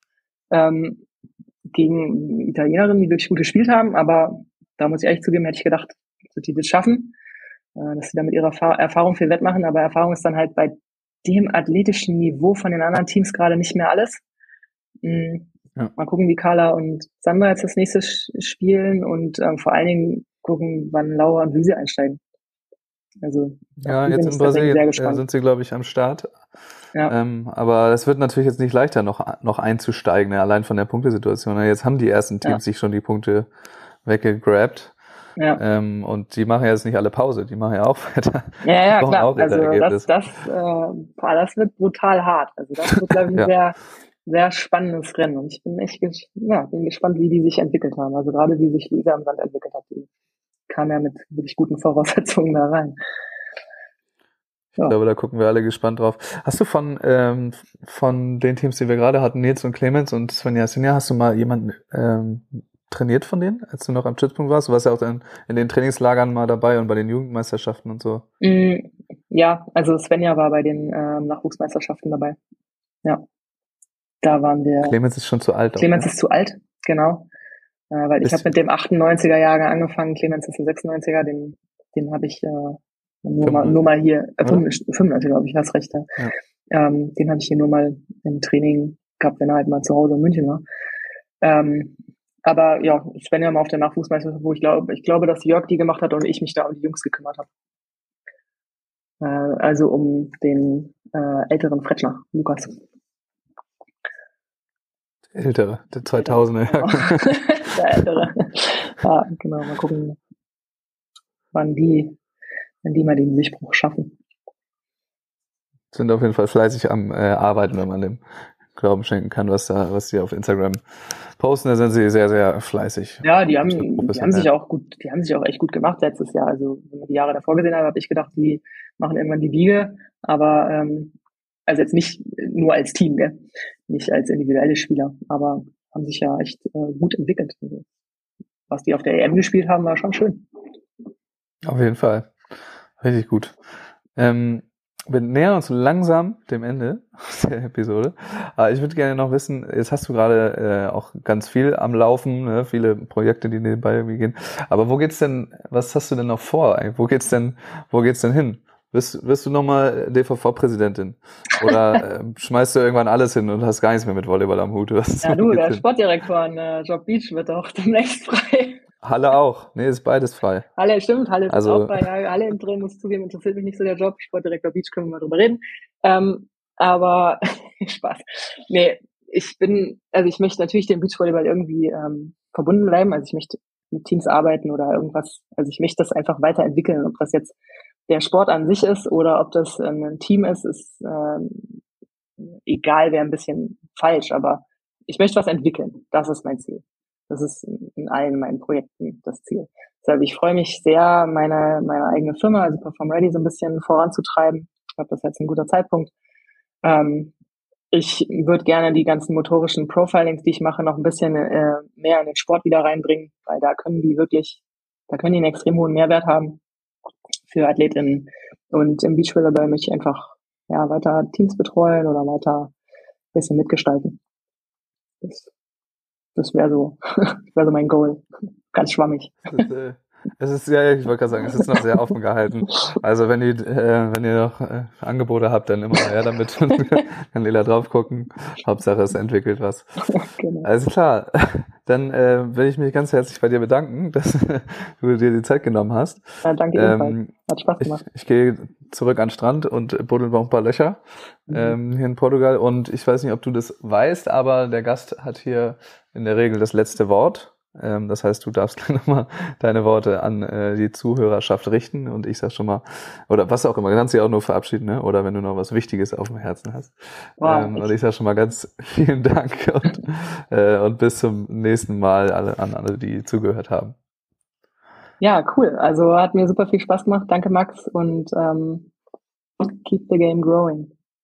gegen Italienerinnen, die wirklich gut gespielt haben, aber da muss ich ehrlich zugeben, hätte ich gedacht, dass die das schaffen, dass sie da mit ihrer Erfahrung viel wettmachen, aber Erfahrung ist dann halt bei dem athletischen Niveau von den anderen Teams gerade nicht mehr alles. Ja. Mal gucken, wie Carla und Sandra jetzt das nächste spielen und vor allen Dingen gucken, wann Laura und Lucy einsteigen. Also ja, jetzt in Brasilien sind sie, glaube ich, am Start. Ja. Aber es wird natürlich jetzt nicht leichter, noch einzusteigen, ne? Allein von der Punktesituation. Jetzt haben die ersten Teams sich schon die Punkte weggegrabt. Ja. Und die machen jetzt nicht alle Pause, die machen ja auch weiter. Ja, klar. Auch also das wird brutal hart. Also das wird, glaube ich, ein sehr, sehr spannendes Rennen. Und ich bin echt bin gespannt, wie die sich entwickelt haben. Also gerade wie sich Luisa am Sand entwickelt hat. Die kam ja mit wirklich guten Voraussetzungen da rein. Ich glaube, da gucken wir alle gespannt drauf. Hast du von den Teams, die wir gerade hatten, Nils und Clemens und Svenja Sinja, hast du mal jemanden trainiert von denen, als du noch am Stützpunkt warst? Du warst ja auch in den Trainingslagern mal dabei und bei den Jugendmeisterschaften und so. Ja, also Svenja war bei den Nachwuchsmeisterschaften dabei. Ja, da waren wir. Clemens ist schon zu alt. Clemens ist zu alt, genau. Weil ich habe mit dem 98er Jahrgang angefangen, Clemens ist ein 96er, den habe ich nur mal hier, 95, glaube ich, hast recht. Ja. Den habe ich hier nur mal im Training gehabt, wenn er halt mal zu Hause in München war. Aber ja, ich bin ja mal auf der Nachwuchsmeisterschaft, wo ich glaube, dass Jörg die gemacht hat und ich mich da um die Jungs gekümmert habe. Also um den älteren Fretschner, Lukas. Der ältere, der 2000er. Der ältere. Ja, genau, mal gucken, wann die mal den Durchbruch schaffen. Sind auf jeden Fall fleißig am Arbeiten, wenn man dem Glauben schenken kann, was die auf Instagram posten. Da sind sie sehr, sehr fleißig. Ja, die haben sich auch echt gut gemacht letztes Jahr. Also wenn man die Jahre davor gesehen hat, habe ich gedacht, die machen irgendwann die Wiege, aber also jetzt nicht nur als Team, gell? Nicht als individuelle Spieler, aber haben sich ja echt gut entwickelt. Also, was die auf der EM gespielt haben, war schon schön. Auf jeden Fall. Richtig gut. Wir nähern uns langsam dem Ende der Episode. Aber ich würde gerne noch wissen, jetzt hast du gerade auch ganz viel am Laufen, ne? Viele Projekte, die nebenbei irgendwie gehen. Aber was hast du denn noch vor? Wo geht's denn hin? Wirst du nochmal DVV-Präsidentin? Oder schmeißt du irgendwann alles hin und hast gar nichts mehr mit Volleyball am Hut? Ja, du, der Sportdirektor an Job Beach wird doch demnächst frei. Halle auch. Nee, ist beides frei. Halle, stimmt, Halle ist auch frei. Ja, Halle im Drehen, muss ich zugeben, interessiert mich nicht so der Job. Sportdirektor Beach, können wir mal drüber reden. Aber Spaß. Nee, ich möchte natürlich dem Beachvolleyball irgendwie verbunden bleiben. Also ich möchte mit Teams arbeiten oder irgendwas. Also ich möchte das einfach weiterentwickeln. Ob das jetzt der Sport an sich ist oder ob das ein Team ist, ist egal, wäre ein bisschen falsch, aber ich möchte was entwickeln. Das ist mein Ziel. Das ist in allen meinen Projekten das Ziel. Deshalb, ich freue mich sehr, meine eigene Firma, also Perform Ready, so ein bisschen voranzutreiben. Ich glaube, das ist jetzt ein guter Zeitpunkt. Ich würde gerne die ganzen motorischen Profilings, die ich mache, noch ein bisschen mehr in den Sport wieder reinbringen, weil da können die einen extrem hohen Mehrwert haben für AthletInnen. Und im Beachvolleyball möchte ich einfach weiter Teams betreuen oder weiter ein bisschen mitgestalten. Das wäre so, wär so mein Goal. Ganz schwammig. Es ist, ja, ich wollte gerade sagen, es ist noch sehr offen gehalten. Also wenn ihr noch Angebote habt, dann immer her damit und kann Lila drauf gucken. Hauptsache es entwickelt was. Genau. Also klar, dann will ich mich ganz herzlich bei dir bedanken, dass du dir die Zeit genommen hast. Ja, danke ebenfalls. Hat Spaß gemacht. Ich gehe zurück an den Strand und buddel noch ein paar Löcher hier in Portugal. Und ich weiß nicht, ob du das weißt, aber der Gast hat hier in der Regel das letzte Wort. Das heißt, du darfst gleich nochmal deine Worte an die Zuhörerschaft richten und ich sag schon mal, oder was auch immer, du kannst dich auch nur verabschieden, ne? Oder wenn du noch was Wichtiges auf dem Herzen hast. Wow. Und ich sag schon mal ganz vielen Dank und bis zum nächsten Mal an alle, die zugehört haben. Ja, cool. Also hat mir super viel Spaß gemacht. Danke, Max, und keep the game growing.